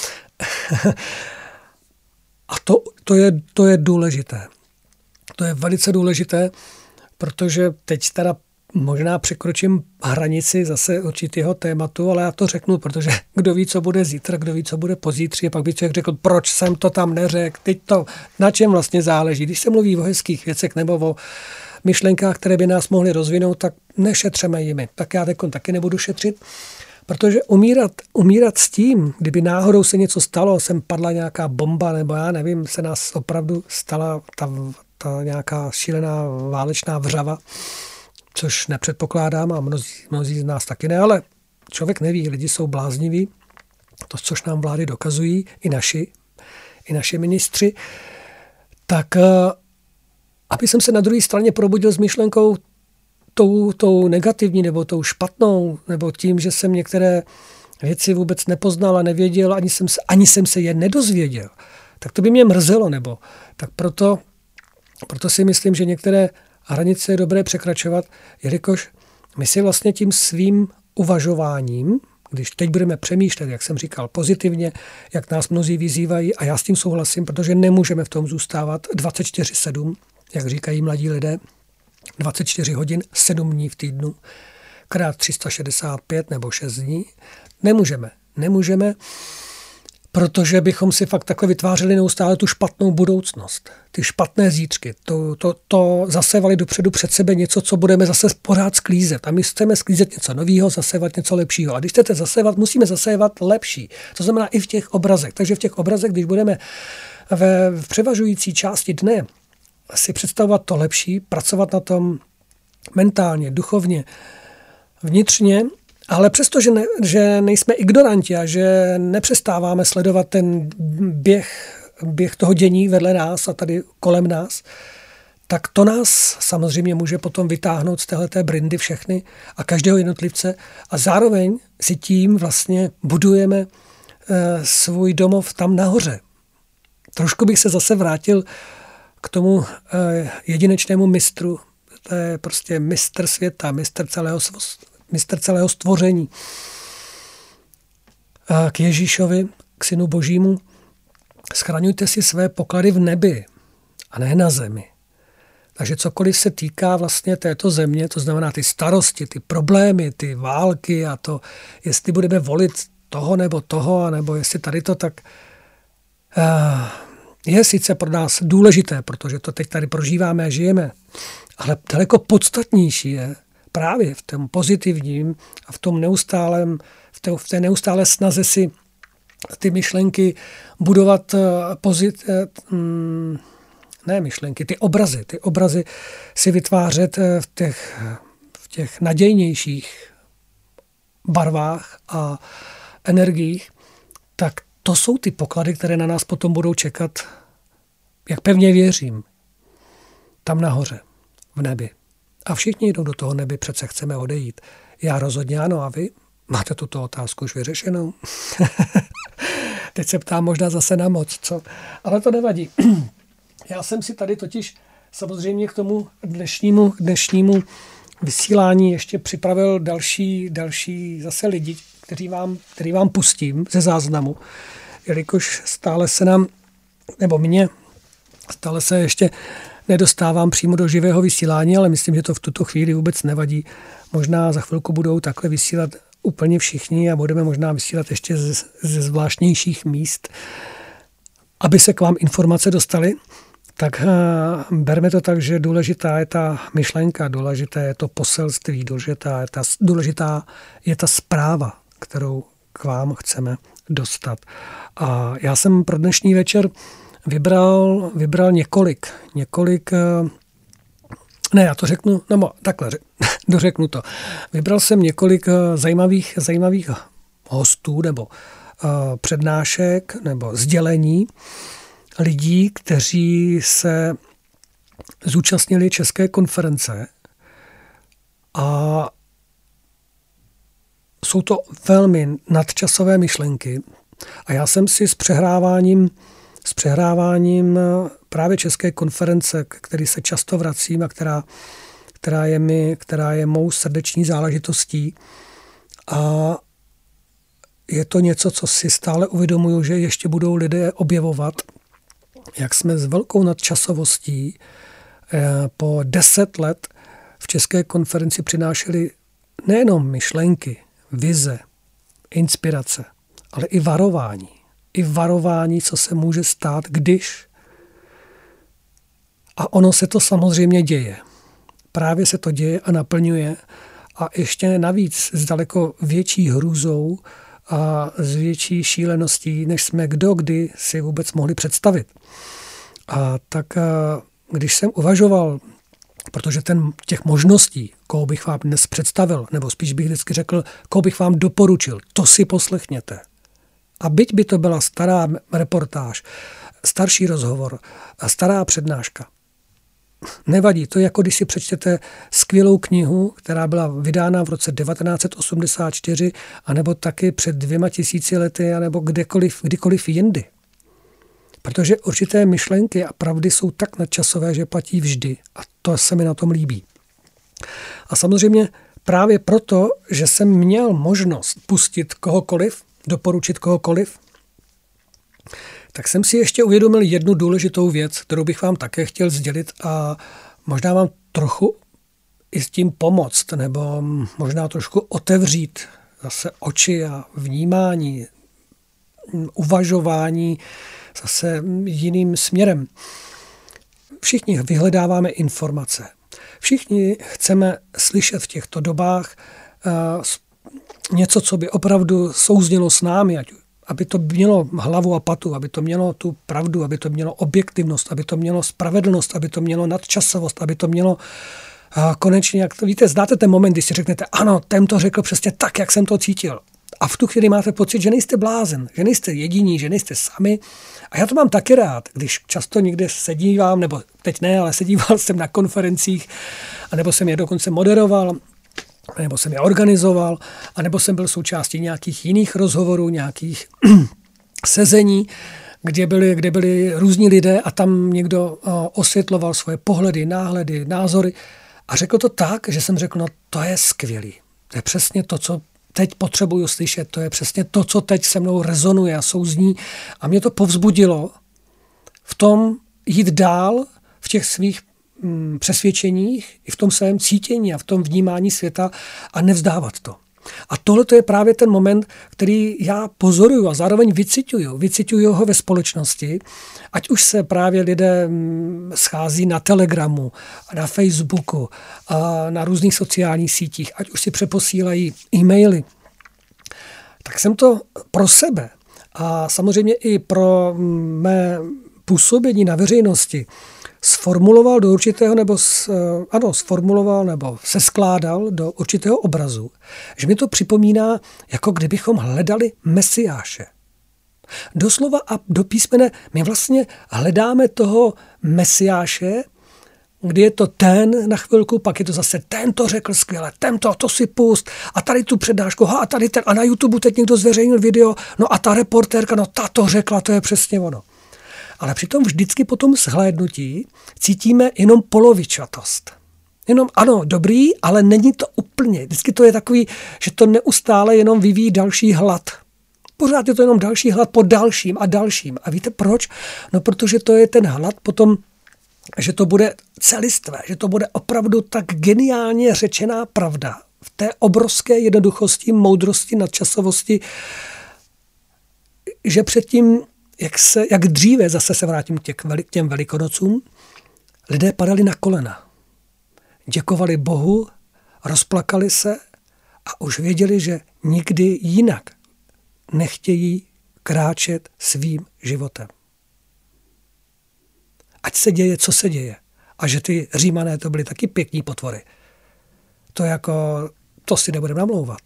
A to, to, je, to je důležité. To je velice důležité, protože teď teda možná překročím hranici zase určitého tématu, ale já to řeknu, protože kdo ví, co bude zítra, kdo ví, co bude pozítří, a pak by člověk řekl, proč jsem to tam neřekl, teď to, na čem vlastně záleží. Když se mluví o hezkých věcech nebo o myšlenkách, které by nás mohly rozvinout, tak nešetřeme jimi. Tak já teď taky nebudu šetřit, protože umírat, umírat s tím, kdyby náhodou se něco stalo, sem padla nějaká bomba, nebo já nevím, se nás opravdu stala ta, ta nějaká šílená válečná vřava, což nepředpokládám a mnozí, mnozí z nás taky ne, ale člověk neví, lidi jsou blázniví, to, což nám vlády dokazují, i naši, i naši ministři, tak aby jsem se na druhé straně probudil s myšlenkou tou, tou negativní nebo tou špatnou, nebo tím, že jsem některé věci vůbec nepoznal a nevěděl, ani jsem se, ani jsem se je nedozvěděl, tak to by mě mrzelo, nebo tak proto, proto si myslím, že některé hranice je dobré překračovat, jelikož my si vlastně tím svým uvažováním, když teď budeme přemýšlet, jak jsem říkal, pozitivně, jak nás mnozí vyzývají, a já s tím souhlasím, protože nemůžeme v tom zůstávat dvacet čtyři sedm, jak říkají mladí lidé, dvacet čtyři hodin, sedm dní v týdnu, krát tři sta šedesát pět nebo šest dní. Nemůžeme. Nemůžeme, protože bychom si fakt takhle vytvářeli neustále tu špatnou budoucnost. Ty špatné zítřky. To, to, to zasevali dopředu před sebe něco, co budeme zase pořád sklízet. A my chceme sklízet něco nového, zasevat něco lepšího. A když chcete zasevat, musíme zasevat lepší. To znamená i v těch obrazech. Takže v těch obrazech, když budeme ve v převažující části dne si představovat to lepší, pracovat na tom mentálně, duchovně, vnitřně, ale přesto, že, ne, že nejsme ignoranti a že nepřestáváme sledovat ten běh, běh toho dění vedle nás a tady kolem nás, tak to nás samozřejmě může potom vytáhnout z téhleté brindy všechny a každého jednotlivce a zároveň si tím vlastně budujeme e, svůj domov tam nahoře. Trošku bych se zase vrátil k tomu e, jedinečnému mistru. To je prostě mistr světa, mistr celého, mistr celého stvoření. A k Ježíšovi, k Synu Božímu, schraňujte si své poklady v nebi a ne na zemi. Takže cokoliv se týká vlastně této země, to znamená ty starosti, ty problémy, ty války a to, jestli budeme volit toho nebo toho, nebo jestli tady to, tak uh, je sice pro nás důležité, protože to teď tady prožíváme a žijeme, ale daleko podstatnější je právě v tom pozitivním a v tom neustálém, v té, v té neustálé snaze si ty myšlenky budovat pozit, ne myšlenky, ty obrazy, ty obrazy si vytvářet v těch, v těch nadějnějších barvách a energiích, tak to jsou ty poklady, které na nás potom budou čekat, jak pevně věřím, tam nahoře, v nebi. A všichni jdou do toho nebi, přece chceme odejít. Já rozhodně ano, a vy? Máte tuto otázku už vyřešenou? Teď se ptám možná zase na moc, co? Ale to nevadí. Já jsem si tady totiž samozřejmě k tomu dnešnímu, dnešnímu vysílání ještě připravil další, další zase lidi, kteří vám, který vám pustím ze záznamu, jelikož stále se nám, nebo mě, stále se ještě nedostávám přímo do živého vysílání, ale myslím, že to v tuto chvíli vůbec nevadí. Možná za chvilku budou takhle vysílat úplně všichni a budeme možná vysílat ještě ze, ze zvláštnějších míst, aby se k vám informace dostaly. Tak uh, berme to tak, že důležitá je ta myšlenka, důležité je to poselství, důležitá je ta, důležitá je ta zpráva, kterou k vám chceme dostat. A já jsem pro dnešní večer vybral, vybral několik, několik, uh, ne, já to řeknu, no takhle, dořeknu to. Vybral jsem několik uh, zajímavých, zajímavých hostů nebo uh, přednášek nebo sdělení lidí, kteří se zúčastnili České konference A jsou to velmi nadčasové myšlenky. A já jsem si s přehráváním, s přehráváním právě České konference, k který se často vracím a která, která, je, mi, která je mou srdeční záležitostí. A je to něco, co si stále uvědomuju, že ještě budou lidé objevovat, jak jsme s velkou nadčasovostí po deset let v České konferenci přinášeli nejenom myšlenky, vize, inspirace, ale i varování. I varování, co se může stát, když. A ono se to samozřejmě děje. Právě se to děje a naplňuje. A ještě navíc s daleko větší hrůzou a s větší šíleností, než jsme kdo kdy si vůbec mohli představit. A tak když jsem uvažoval, protože ten, těch možností, koho bych vám dnes představil, nebo spíš bych vždycky řekl, koho bych vám doporučil, to si poslechněte. A byť by to byla stará reportáž, starší rozhovor, stará přednáška, nevadí, to je jako když si přečtete skvělou knihu, která byla vydána v roce devatenáct set osmdesát čtyři, anebo taky před dvěma tisíci lety, anebo kdekoliv, kdykoliv jindy. Protože určité myšlenky a pravdy jsou tak nadčasové, že platí vždy. A to se mi na tom líbí. A samozřejmě právě proto, že jsem měl možnost pustit kohokoliv, doporučit kohokoliv, tak jsem si ještě uvědomil jednu důležitou věc, kterou bych vám také chtěl sdělit a možná vám trochu i s tím pomoct, nebo možná trošku otevřít zase oči a vnímání, uvažování zase jiným směrem. Všichni vyhledáváme informace. Všichni chceme slyšet v těchto dobách uh, něco, co by opravdu souznělo s námi, ať, aby to mělo hlavu a patu, aby to mělo tu pravdu, aby to mělo objektivnost, aby to mělo spravedlnost, aby to mělo nadčasovost, aby to mělo uh, konečně, jak to víte, znáte ten moment, když si řeknete, ano, ten to řekl přesně tak, jak jsem to cítil. A v tu chvíli máte pocit, že nejste blázen, že nejste jediní, že nejste sami. A já to mám taky rád, když často někde se dívám, nebo teď ne, ale se díval jsem na konferencích, anebo jsem je dokonce moderoval, nebo jsem je organizoval, anebo jsem byl součástí nějakých jiných rozhovorů, nějakých sezení, kde byli, kde byli různí lidé a tam někdo osvětloval svoje pohledy, náhledy, názory a řekl to tak, že jsem řekl, no to je skvělý. To je přesně to, co teď potřebuju slyšet, to je přesně to, co teď se mnou rezonuje a souzní. A mě to povzbudilo v tom jít dál v těch svých mm, přesvědčeních, i v tom svém cítění a v tom vnímání světa a nevzdávat to. A tohle to je právě ten moment, který já pozoruju a zároveň vyciťuju. Vyciťuju ho ve společnosti, ať už se právě lidé schází na Telegramu, na Facebooku, a na různých sociálních sítích, ať už si přeposílají e-maily. Tak jsem to pro sebe a samozřejmě i pro mé působení na veřejnosti sformuloval do určitého, nebo s, ano, sformuloval nebo seskládal do určitého obrazu, že mi to připomíná, jako kdybychom hledali Mesiáše. Doslova a do písmene my vlastně hledáme toho Mesiáše, kdy je to ten na chvilku, pak je to zase ten to řekl skvěle, ten to, to si pust a tady tu přednášku, ha, a tady ten, a na YouTube teď někdo zveřejnil video, no a ta reportérka, no ta to řekla, to je přesně ono. Ale přitom vždycky po tom shlédnutí cítíme jenom polovičatost. Jenom ano, dobrý, ale není to úplně. Vždycky to je takový, že to neustále jenom vyvíjí další hlad. Pořád je to jenom další hlad po dalším a dalším. A víte proč? No protože to je ten hlad potom, že to bude celistvé, že to bude opravdu tak geniálně řečená pravda. V té obrovské jednoduchosti, moudrosti, nadčasovosti, že předtím Jak, se, jak dříve, zase se vrátím k těm velikonocům, lidé padali na kolena. Děkovali Bohu, rozplakali se a už věděli, že nikdy jinak nechtějí kráčet svým životem. Ať se děje, co se děje. A že ty Římané to byly taky pěkní potvory. To jako, to si nebudeme namlouvat.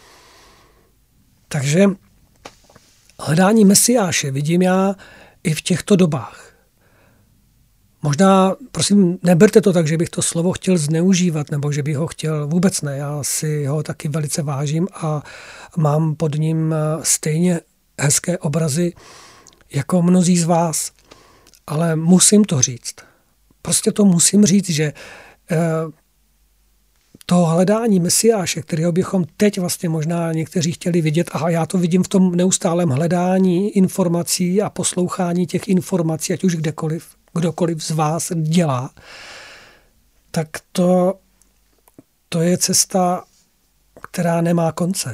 Takže hledání Mesiáše vidím já i v těchto dobách. Možná, prosím, neberte to tak, že bych to slovo chtěl zneužívat, nebo že bych ho chtěl, vůbec ne. Já si ho taky velice vážím a mám pod ním stejně hezké obrazy jako mnozí z vás. Ale musím to říct. Prostě to musím říct, že to hledání Mesiáše, kterého bychom teď vlastně možná někteří chtěli vidět, a já to vidím v tom neustálém hledání informací a poslouchání těch informací, ať už kdekoliv, kdokoliv z vás dělá, tak to, to je cesta, která nemá konce.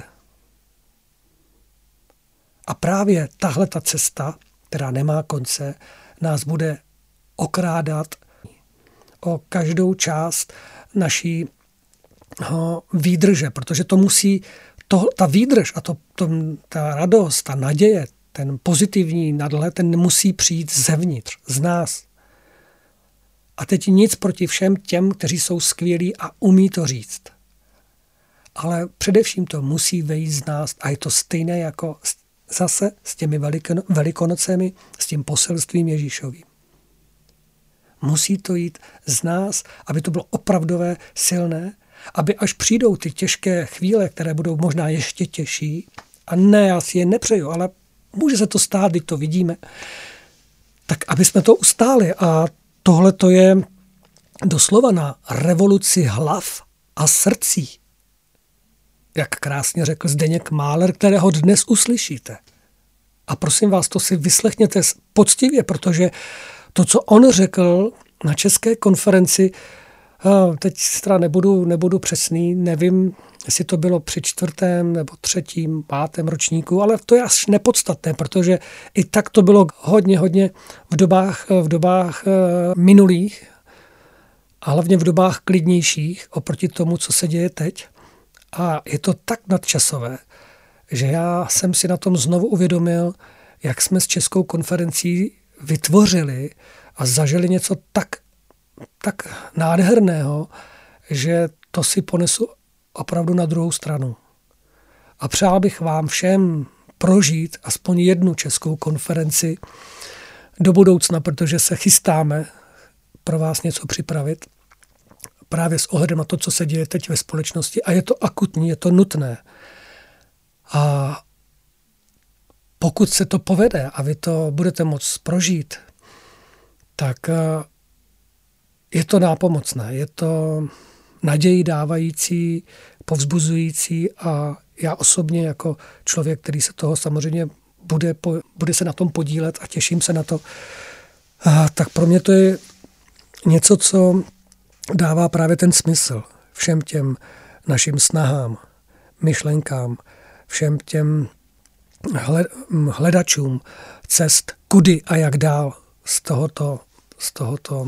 A právě tahle ta cesta, která nemá konce, nás bude okrádat o každou část naší výdrže, protože to musí, to, ta výdrž a to, to, ta radost, ta naděje, ten pozitivní nadhled, ten musí přijít zevnitř, z nás. A teď nic proti všem těm, kteří jsou skvělí a umí to říct. Ale především to musí vejít z nás a je to stejné jako zase s těmi velikonocemi, s tím poselstvím Ježíšovým. Musí to jít z nás, aby to bylo opravdové, silné, aby až přijdou ty těžké chvíle, které budou možná ještě těžší, a ne, já si je nepřeju, ale může se to stát, když to vidíme, tak aby jsme to ustáli. A tohle to je doslova na revoluci hlav a srdcí. Jak krásně řekl Zdeněk Máler, kterého dnes uslyšíte. A prosím vás, to si vyslechněte poctivě, protože to, co on řekl na české konferenci, teď teda nebudu, nebudu přesný, nevím, jestli to bylo při čtvrtém nebo třetím, pátém ročníku, ale to je až nepodstatné, protože i tak to bylo hodně, hodně v dobách, v dobách minulých a hlavně v dobách klidnějších oproti tomu, co se děje teď. A je to tak nadčasové, že já jsem si na tom znovu uvědomil, jak jsme s českou konferencí vytvořili a zažili něco tak, tak nádherného, že to si ponesu opravdu na druhou stranu. A přál bych vám všem prožít aspoň jednu českou konferenci do budoucna, protože se chystáme pro vás něco připravit právě s ohledem na to, co se děje teď ve společnosti. A je to akutní, je to nutné. A pokud se to povede a vy to budete moct prožít, tak je to nápomocné, je to naději dávající, povzbuzující a já osobně jako člověk, který se toho samozřejmě bude, bude se na tom podílet a těším se na to, tak pro mě to je něco, co dává právě ten smysl všem těm našim snahám, myšlenkám, všem těm hledačům cest, kudy a jak dál z tohoto, z tohoto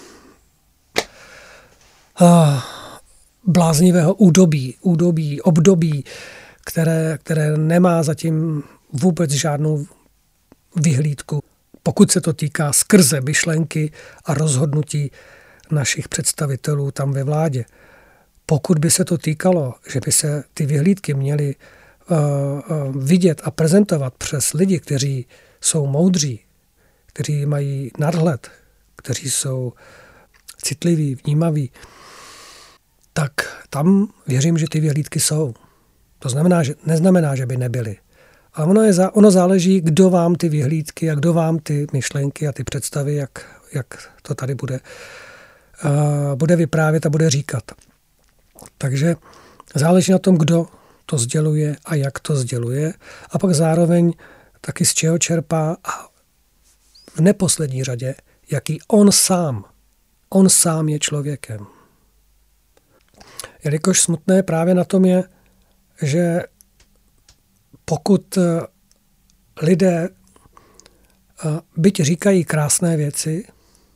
uh, bláznivého údobí, údobí, období, které, které nemá zatím vůbec žádnou vyhlídku, pokud se to týká skrze myšlenky a rozhodnutí našich představitelů tam ve vládě. Pokud by se to týkalo, že by se ty vyhlídky měly uh, uh, vidět a prezentovat přes lidi, kteří jsou moudří, kteří mají nadhled, kteří jsou citliví, vnímaví, tak tam věřím, že ty vyhlídky jsou. To znamená, že, neznamená, že by nebyly. Ale ono, je, ono záleží, kdo vám ty vyhlídky a kdo vám ty myšlenky a ty představy, jak, jak to tady bude, uh, bude vyprávět a bude říkat. Takže záleží na tom, kdo to sděluje a jak to sděluje. A pak zároveň taky z čeho čerpá a v neposlední řadě, jaký on sám, on sám je člověkem. Jelikož smutné právě na tom je, že pokud lidé byť říkají krásné věci,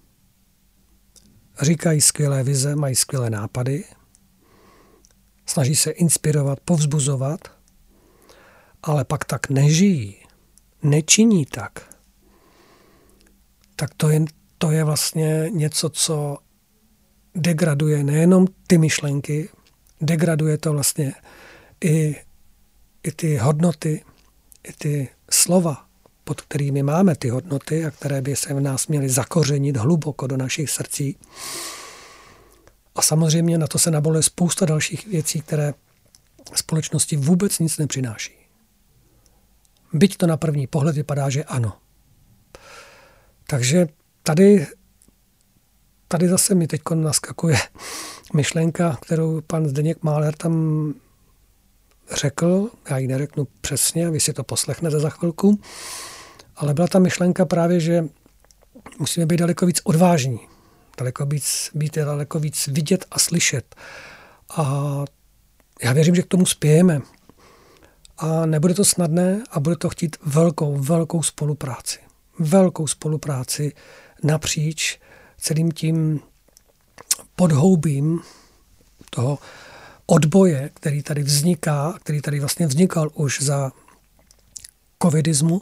říkají skvělé vize, mají skvělé nápady, snaží se inspirovat, povzbuzovat, ale pak tak nežijí, nečiní tak, tak to je, to je vlastně něco, co degraduje nejenom ty myšlenky, degraduje to vlastně i, i ty hodnoty, i ty slova, pod kterými máme ty hodnoty a které by se v nás měly zakořenit hluboko do našich srdcí. A samozřejmě na to se nabaluje spousta dalších věcí, které společnosti vůbec nic nepřináší. Byť to na první pohled vypadá, že ano. Takže tady, tady zase mi teď naskakuje myšlenka, kterou pan Zdeněk Máler tam řekl, já ji neřeknu přesně, vy si to poslechnete za chvilku, ale byla ta myšlenka právě, že musíme být daleko víc odvážní, daleko víc, být daleko víc vidět a slyšet. A já věřím, že k tomu spějeme. A nebude to snadné a bude to chtít velkou, velkou spolupráci. Velkou spolupráci napříč celým tím podhoubím toho odboje, který tady vzniká, který tady vlastně vznikal už za covidismu,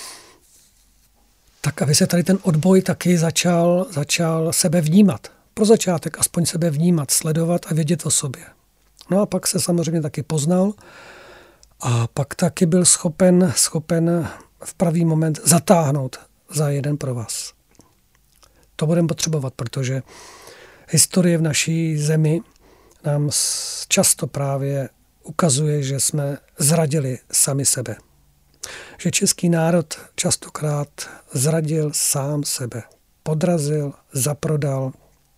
tak aby se tady ten odboj taky začal, začal sebe vnímat. Pro začátek aspoň sebe vnímat, sledovat a vědět o sobě. No a pak se samozřejmě taky poznal a pak taky byl schopen, schopen v pravý moment zatáhnout za jeden provaz. To budeme potřebovat, protože historie v naší zemi nám často právě ukazuje, že jsme zradili sami sebe. Že český národ častokrát zradil sám sebe. Podrazil, zaprodal.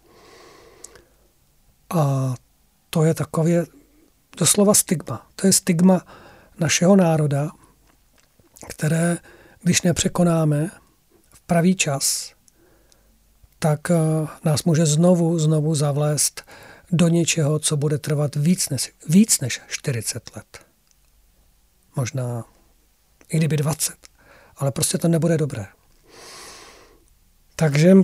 A to je takové doslova stigma. To je stigma našeho národa, které, když nepřekonáme v pravý čas, tak nás může znovu, znovu zavlézt do něčeho, co bude trvat víc než, víc než čtyřicet let. Možná i kdyby dvacet. Ale prostě to nebude dobré. Takže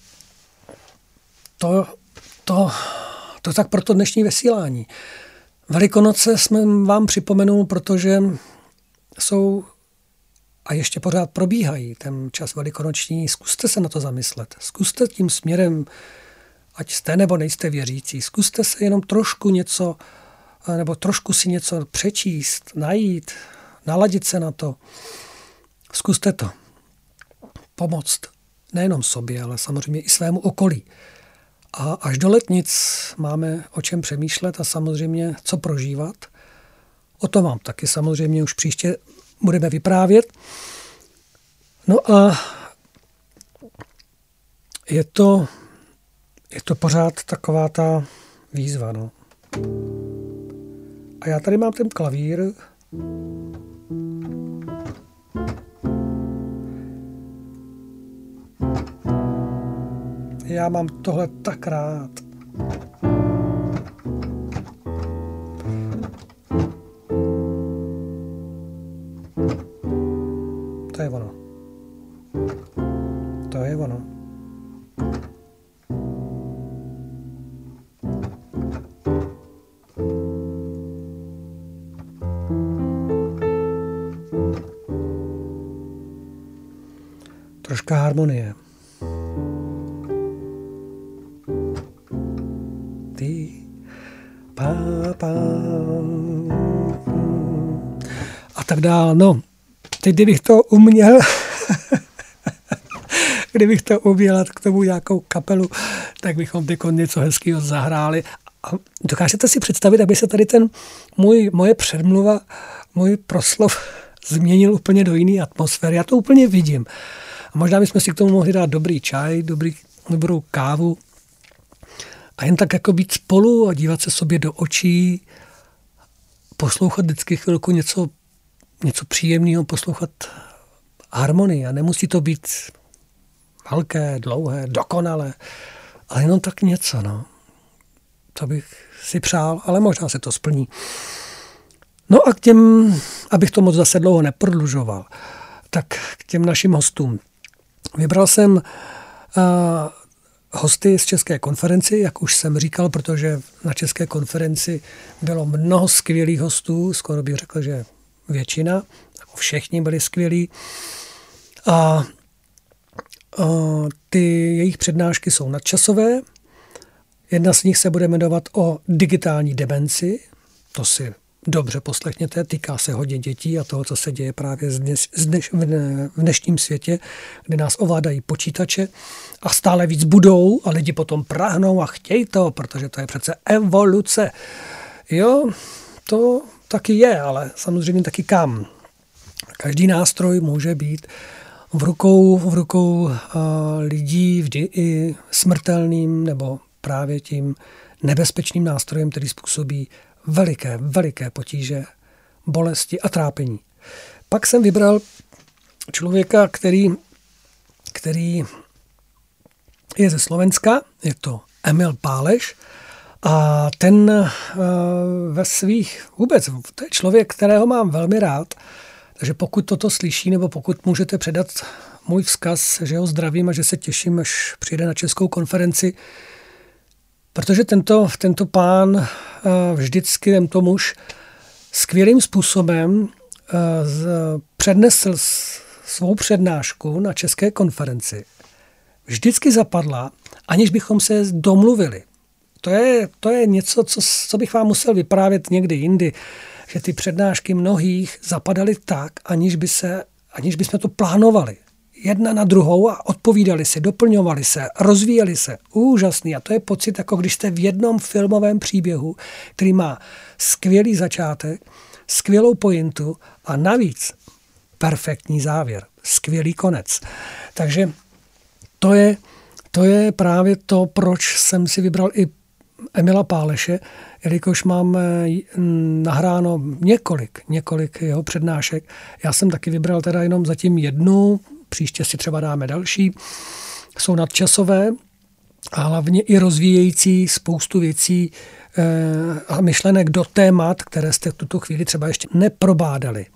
to, to, to tak pro to dnešní vysílání. Velikonoce jsme vám připomenul, protože jsou a ještě pořád probíhají ten čas velikonoční. Zkuste se na to zamyslet. Zkuste tím směrem, ať jste nebo nejste věřící, zkuste se jenom trošku něco, nebo trošku si něco přečíst, najít, naladit se na to. Zkuste to. Pomoct nejenom sobě, ale samozřejmě i svému okolí. A až do letnic máme o čem přemýšlet a samozřejmě co prožívat. O tom vám taky samozřejmě už příště budeme vyprávět. No a je to, je to pořád taková ta výzva. No. A já tady mám ten klavír. Já mám tohle tak rád. To je ono. To je ono. Troška harmonie. Ty, pá, pá, a tak dál. No, teď kdybych to uměl, kdybych to uměl k tomu nějakou kapelu, tak bychom teď něco hezkého zahráli. A dokážete si představit, aby se tady ten můj, moje předmluva, můj proslov změnil úplně do jiné atmosféry. Já to úplně vidím. A možná bychom si k tomu mohli dát dobrý čaj, dobrý, dobrou kávu a jen tak jako být spolu a dívat se sobě do očí, poslouchat vždycky chvilku něco, něco příjemného, poslouchat harmonii. A nemusí to být velké, dlouhé, dokonalé, ale jenom tak něco, no. To bych si přál, ale možná se to splní. No a k těm, abych to moc zase dlouho neprodlužoval, tak k těm našim hostům. Vybral jsem uh, hosty z České konferenci, jak už jsem říkal, protože na České konferenci bylo mnoho skvělých hostů, skoro bych řekl, že většina, všichni byli skvělí. A uh, ty jejich přednášky jsou nadčasové. Jedna z nich se bude jmenovat o digitální demenci. To si dobře poslechněte, týká se hodně dětí a toho, co se děje právě dnes, dneš, v dnešním světě, kdy nás ovládají počítače a stále víc budou a lidi potom prahnou a chtějí to, protože to je přece evoluce. Jo, to taky je, ale samozřejmě taky kam. Každý nástroj může být v rukou, v rukou uh, lidí vždy i smrtelným nebo právě tím nebezpečným nástrojem, který způsobí veliké, veliké potíže, bolesti a trápení. Pak jsem vybral člověka, který, který je ze Slovenska, je to Emil Páleš a ten uh, ve svých, vůbec, to je člověk, kterého mám velmi rád, takže pokud toto slyší, nebo pokud můžete předat můj vzkaz, že ho zdravím a že se těším, až přijde na českou konferenci, protože tento, tento pán vždycky, tento muž, skvělým způsobem přednesl svou přednášku na české konferenci. Vždycky zapadla, aniž bychom se domluvili. To je, to je něco, co, co bych vám musel vyprávět někdy jindy, že ty přednášky mnohých zapadaly tak, aniž by se, aniž by jsme to plánovali. Jedna na druhou a odpovídali si, doplňovali se, rozvíjeli se. Úžasný. A to je pocit, jako když jste v jednom filmovém příběhu, který má skvělý začátek, skvělou pointu a navíc perfektní závěr. Skvělý konec. Takže to je, to je právě to, proč jsem si vybral i Emila Páleše, jelikož mám nahráno několik, několik jeho přednášek. Já jsem taky vybral teda jenom zatím jednu, příště si třeba dáme další. Jsou nadčasové a hlavně i rozvíjející spoustu věcí a myšlenek do témat, které jste v tuto chvíli třeba ještě neprobádali.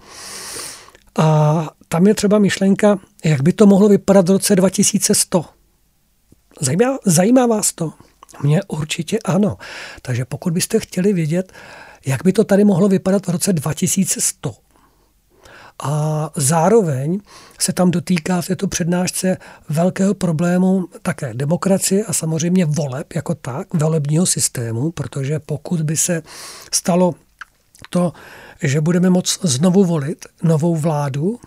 A tam je třeba myšlenka, jak by to mohlo vypadat v roce dva tisíce sto. Zajímá, zajímá vás to? Mně určitě ano. Takže pokud byste chtěli vědět, jak by to tady mohlo vypadat v roce dva tisíce sto. A zároveň se tam dotýká v této přednášce velkého problému také demokracie a samozřejmě voleb jako tak, volebního systému, protože pokud by se stalo to, že budeme moct znovu volit novou vládu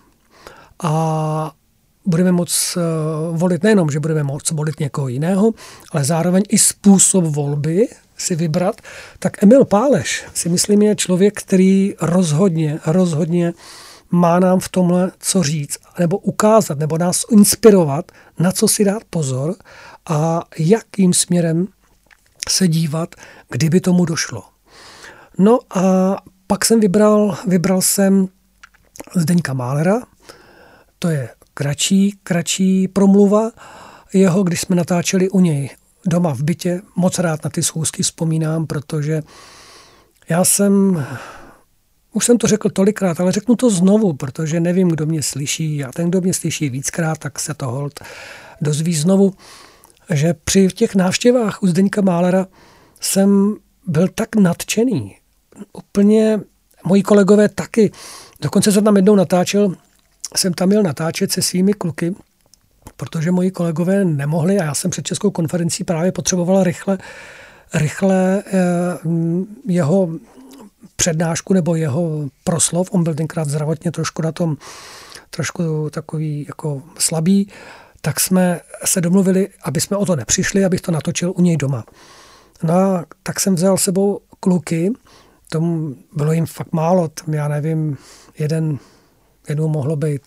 a budeme moct volit nejenom, že budeme moct volit někoho jiného, ale zároveň i způsob volby si vybrat, tak Emil Páleš si myslím je člověk, který rozhodně, rozhodně má nám v tomhle co říct, nebo ukázat, nebo nás inspirovat, na co si dát pozor a jakým směrem se dívat, kdyby tomu došlo. No a pak jsem vybral, vybral jsem Zdeňka Málera, to je kratší, kratší promluva jeho, když jsme natáčeli u něj doma v bytě. Moc rád na ty schůzky vzpomínám, protože já jsem, už jsem to řekl tolikrát, ale řeknu to znovu, protože nevím, kdo mě slyší a ten, kdo mě slyší víckrát, tak se to holt dozví znovu, že při těch návštěvách u Zdeňka Málera jsem byl tak nadšený. Úplně moji kolegové taky. Dokonce jsem tam jednou natáčel, jsem tam měl natáčet se svými kluky, protože moji kolegové nemohli a já jsem před českou konferencí právě potřeboval rychle, rychle jeho přednášku nebo jeho proslov. On byl tenkrát zdravotně trošku na tom, trošku takový jako slabý, tak jsme se domluvili, aby jsme o to nepřišli, abych to natočil u něj doma. No a tak jsem vzal sebou kluky, tomu bylo jim fakt málo, já nevím, jeden, jednou mohlo být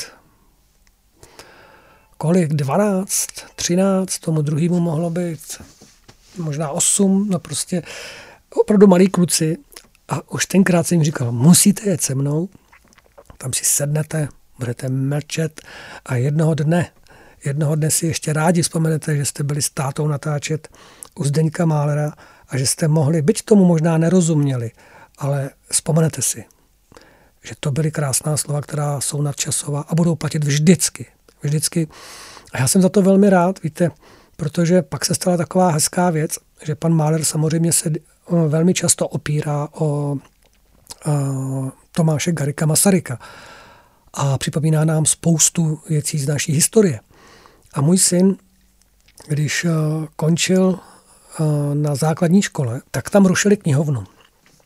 kolik, dvanáct, třináct, tomu druhému mohlo být možná osm, no prostě opravdu malí kluci. A už tenkrát jsem jim říkal, musíte jet se mnou, tam si sednete, budete mlčet a jednoho dne, jednoho dne si ještě rádi vzpomenete, že jste byli s tátou natáčet u Zdeňka Málera a že jste mohli, byť tomu možná nerozuměli, ale vzpomenete si, že to byly krásná slova, která jsou nadčasová a budou platit vždycky. Vždycky. A já jsem za to velmi rád, víte, protože pak se stala taková hezká věc, že pan Máler samozřejmě se velmi často opírá o, o Tomáše Garrigua Masaryka a připomíná nám spoustu věcí z naší historie. A můj syn, když končil na základní škole, tak tam rušili knihovnu.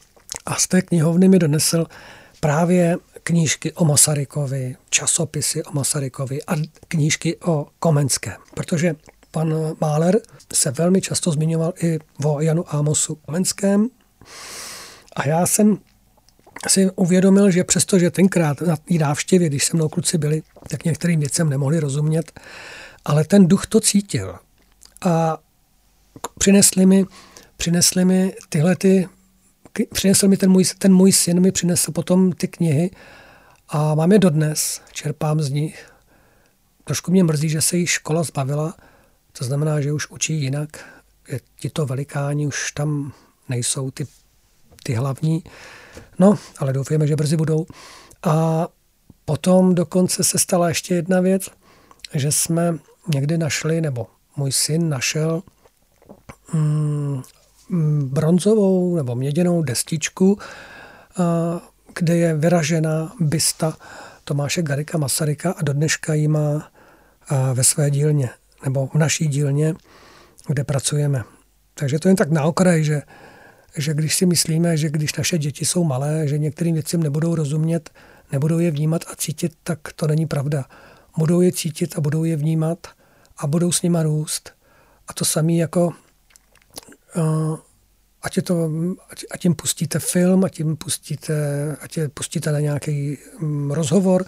A z té knihovny mi donesl právě knížky o Masarykovi, časopisy o Masarykovi a knížky o Komenském. Protože pan Mahler se velmi často zmiňoval i o Janu Amosu Komenském. A já jsem si uvědomil, že přestože tenkrát na té návštěvě, když se mnou kluci byli, tak některým věcem nemohli rozumět, ale ten duch to cítil. A přinesli mi, přinesli mi tyhle ty, přinesl mi ten můj, ten můj syn, mi přinesl potom ty knihy a mám je dodnes, čerpám z nich. Trošku mě mrzí, že se jí škola zbavila, to znamená, že už učí jinak, tito velikáni už tam nejsou ty, ty hlavní, no, ale doufujeme, že brzy budou. A potom dokonce se stala ještě jedna věc, že jsme někdy našli, nebo můj syn našel mm, bronzovou nebo měděnou destičku, a, kde je vyražená bysta Tomáše Garrigua Masaryka a do dneška ji má a, ve své dílně, nebo v naší dílně, kde pracujeme. Takže to jen tak na okraj, že, že když si myslíme, že když naše děti jsou malé, že některým věcem nebudou rozumět, nebudou je vnímat a cítit, tak to není pravda. Budou je cítit a budou je vnímat a budou s nima růst. A to samé jako uh, ať, je to, ať, ať jim pustíte film, ať jim pustíte, ať je pustíte na nějaký um, rozhovor,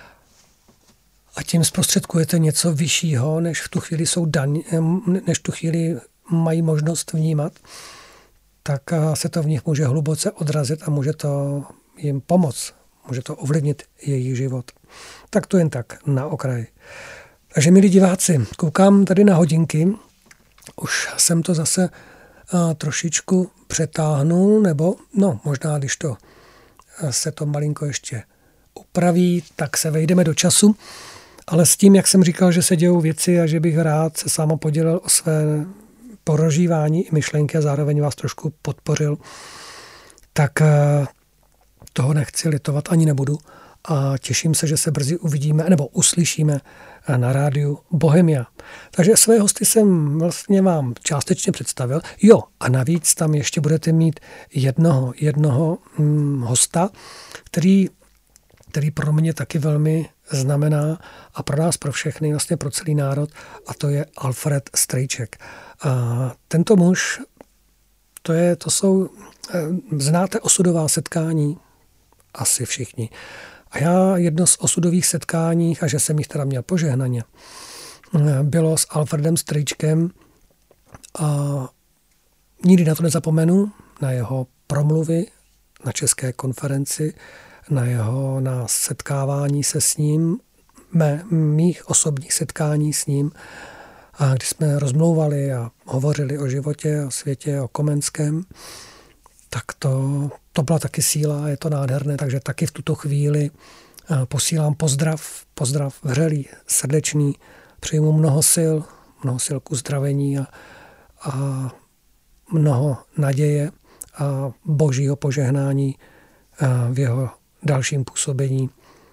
ať jim zprostředkujete něco vyššího, než v tu chvíli jsou daň, než v tu chvíli mají možnost vnímat, tak se to v nich může hluboce odrazit a může to jim pomoct. Může to ovlivnit jejich život. Tak to jen tak na okraj. Takže milí diváci, koukám tady na hodinky. Už jsem to zase uh, trošičku přetáhnul, nebo no možná, když to uh, se to malinko ještě upraví, tak se vejdeme do času. Ale s tím, jak jsem říkal, že se dějou věci a že bych rád se s váma podělil o své prožívání i myšlenky a zároveň vás trošku podpořil, tak uh, toho nechci litovat ani nebudu. A těším se, že se brzy uvidíme nebo uslyšíme na rádiu Bohemia. Takže své hosty jsem vlastně vám částečně představil. Jo, a navíc tam ještě budete mít jednoho, jednoho hm, hosta, který, který pro mě taky velmi znamená a pro nás, pro všechny, vlastně pro celý národ, a to je Alfred Strejček. A tento muž, to, je, to jsou, znáte osudová setkání? Asi všichni. A já jedno z osudových setkání, a že jsem jich teda měl požehnaně, bylo s Alfredem Strejčkem a nikdy na to nezapomenu, na jeho promluvy na České konferenci, na jeho na setkávání se s ním, mé, mých osobních setkání s ním, a když jsme rozmlouvali a hovořili o životě, o světě, o Komenském, tak to, to byla taky síla, je to nádherné, takže taky v tuto chvíli posílám pozdrav, pozdrav vřelý, srdečný, přeji mu mnoho sil, mnoho sil k uzdravení a, a mnoho naděje a božího požehnání v jeho dalším působení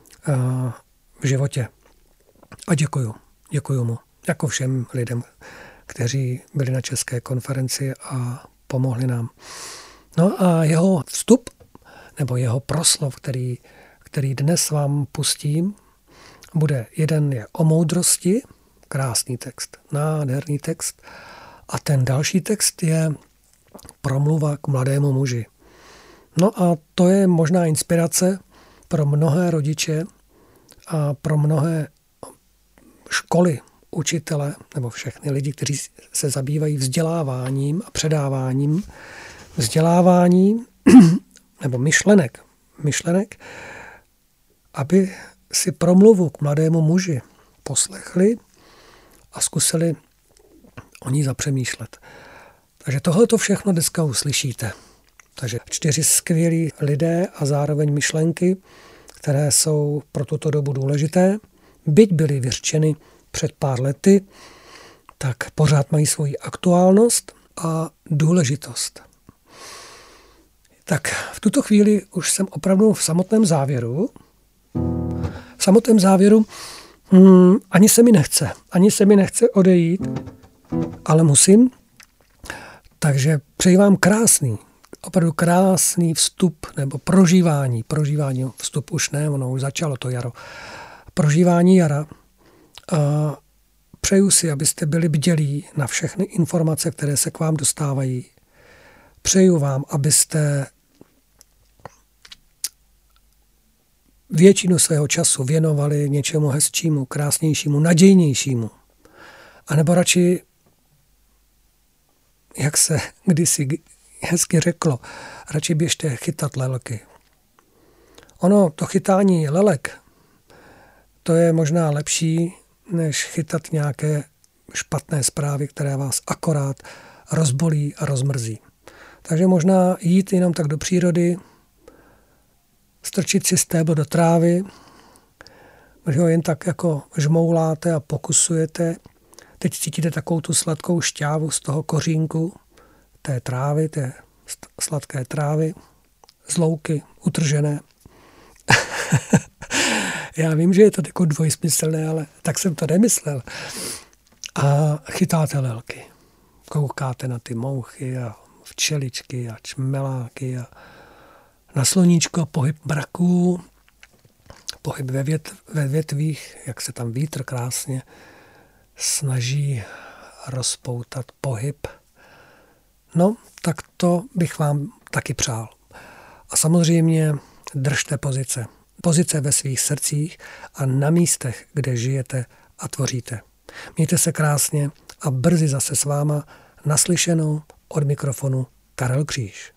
v životě. A děkuju, děkuju mu, jako všem lidem, kteří byli na České konferenci a pomohli nám. No a jeho vstup, nebo jeho proslov, který, který dnes vám pustím, bude jeden je o moudrosti, krásný text, nádherný text, a ten další text je promluva k mladému muži. No a to je možná inspirace pro mnohé rodiče a pro mnohé školy, učitele, nebo všechny lidi, kteří se zabývají vzděláváním a předáváním vzdělávání nebo myšlenek, myšlenek, aby si promluvu k mladému muži poslechli a zkusili o ní zapřemýšlet. Takže tohle to všechno dneska uslyšíte. Takže čtyři skvělí lidé a zároveň myšlenky, které jsou pro tuto dobu důležité, byť byly vyřčeny před pár lety, tak pořád mají svoji aktuálnost a důležitost. Tak v tuto chvíli už jsem opravdu v samotném závěru. V samotném závěru hmm, ani se mi nechce. Ani se mi nechce odejít, ale musím. Takže přeji vám krásný opravdu krásný vstup nebo prožívání, prožívání, vstup už ne, ono už začalo to jaro, prožívání jara. A přeju si, abyste byli bdělí na všechny informace, které se k vám dostávají. Přeju vám, abyste většinu svého času věnovali něčemu hezčímu, krásnějšímu, nadějnějšímu. A nebo radši, jak se kdysi hezky řeklo, radši běžte chytat lelky. Ono, to chytání lelek, to je možná lepší, než chytat nějaké špatné zprávy, které vás akorát rozbolí a rozmrzí. Takže možná jít jenom tak do přírody, strčit si stéblo do trávy, když ho jen tak jako žmouláte a pokusujete. Teď cítíte takovou tu sladkou šťávu z toho kořínku té trávy, té sladké trávy, z louky utržené. Já vím, že je to jako dvojsmyslné, ale tak jsem to nemyslel. A chytáte lelky. Koukáte na ty mouchy a včeličky a čmeláky a na sluníčko pohyb mraků, pohyb ve, vět, ve větvích, jak se tam vítr krásně snaží rozpoutat pohyb. No, tak to bych vám taky přál. A samozřejmě držte pozice. Pozice ve svých srdcích a na místech, kde žijete a tvoříte. Mějte se krásně a brzy zase s váma naslyšenou od mikrofonu Karel Kříž.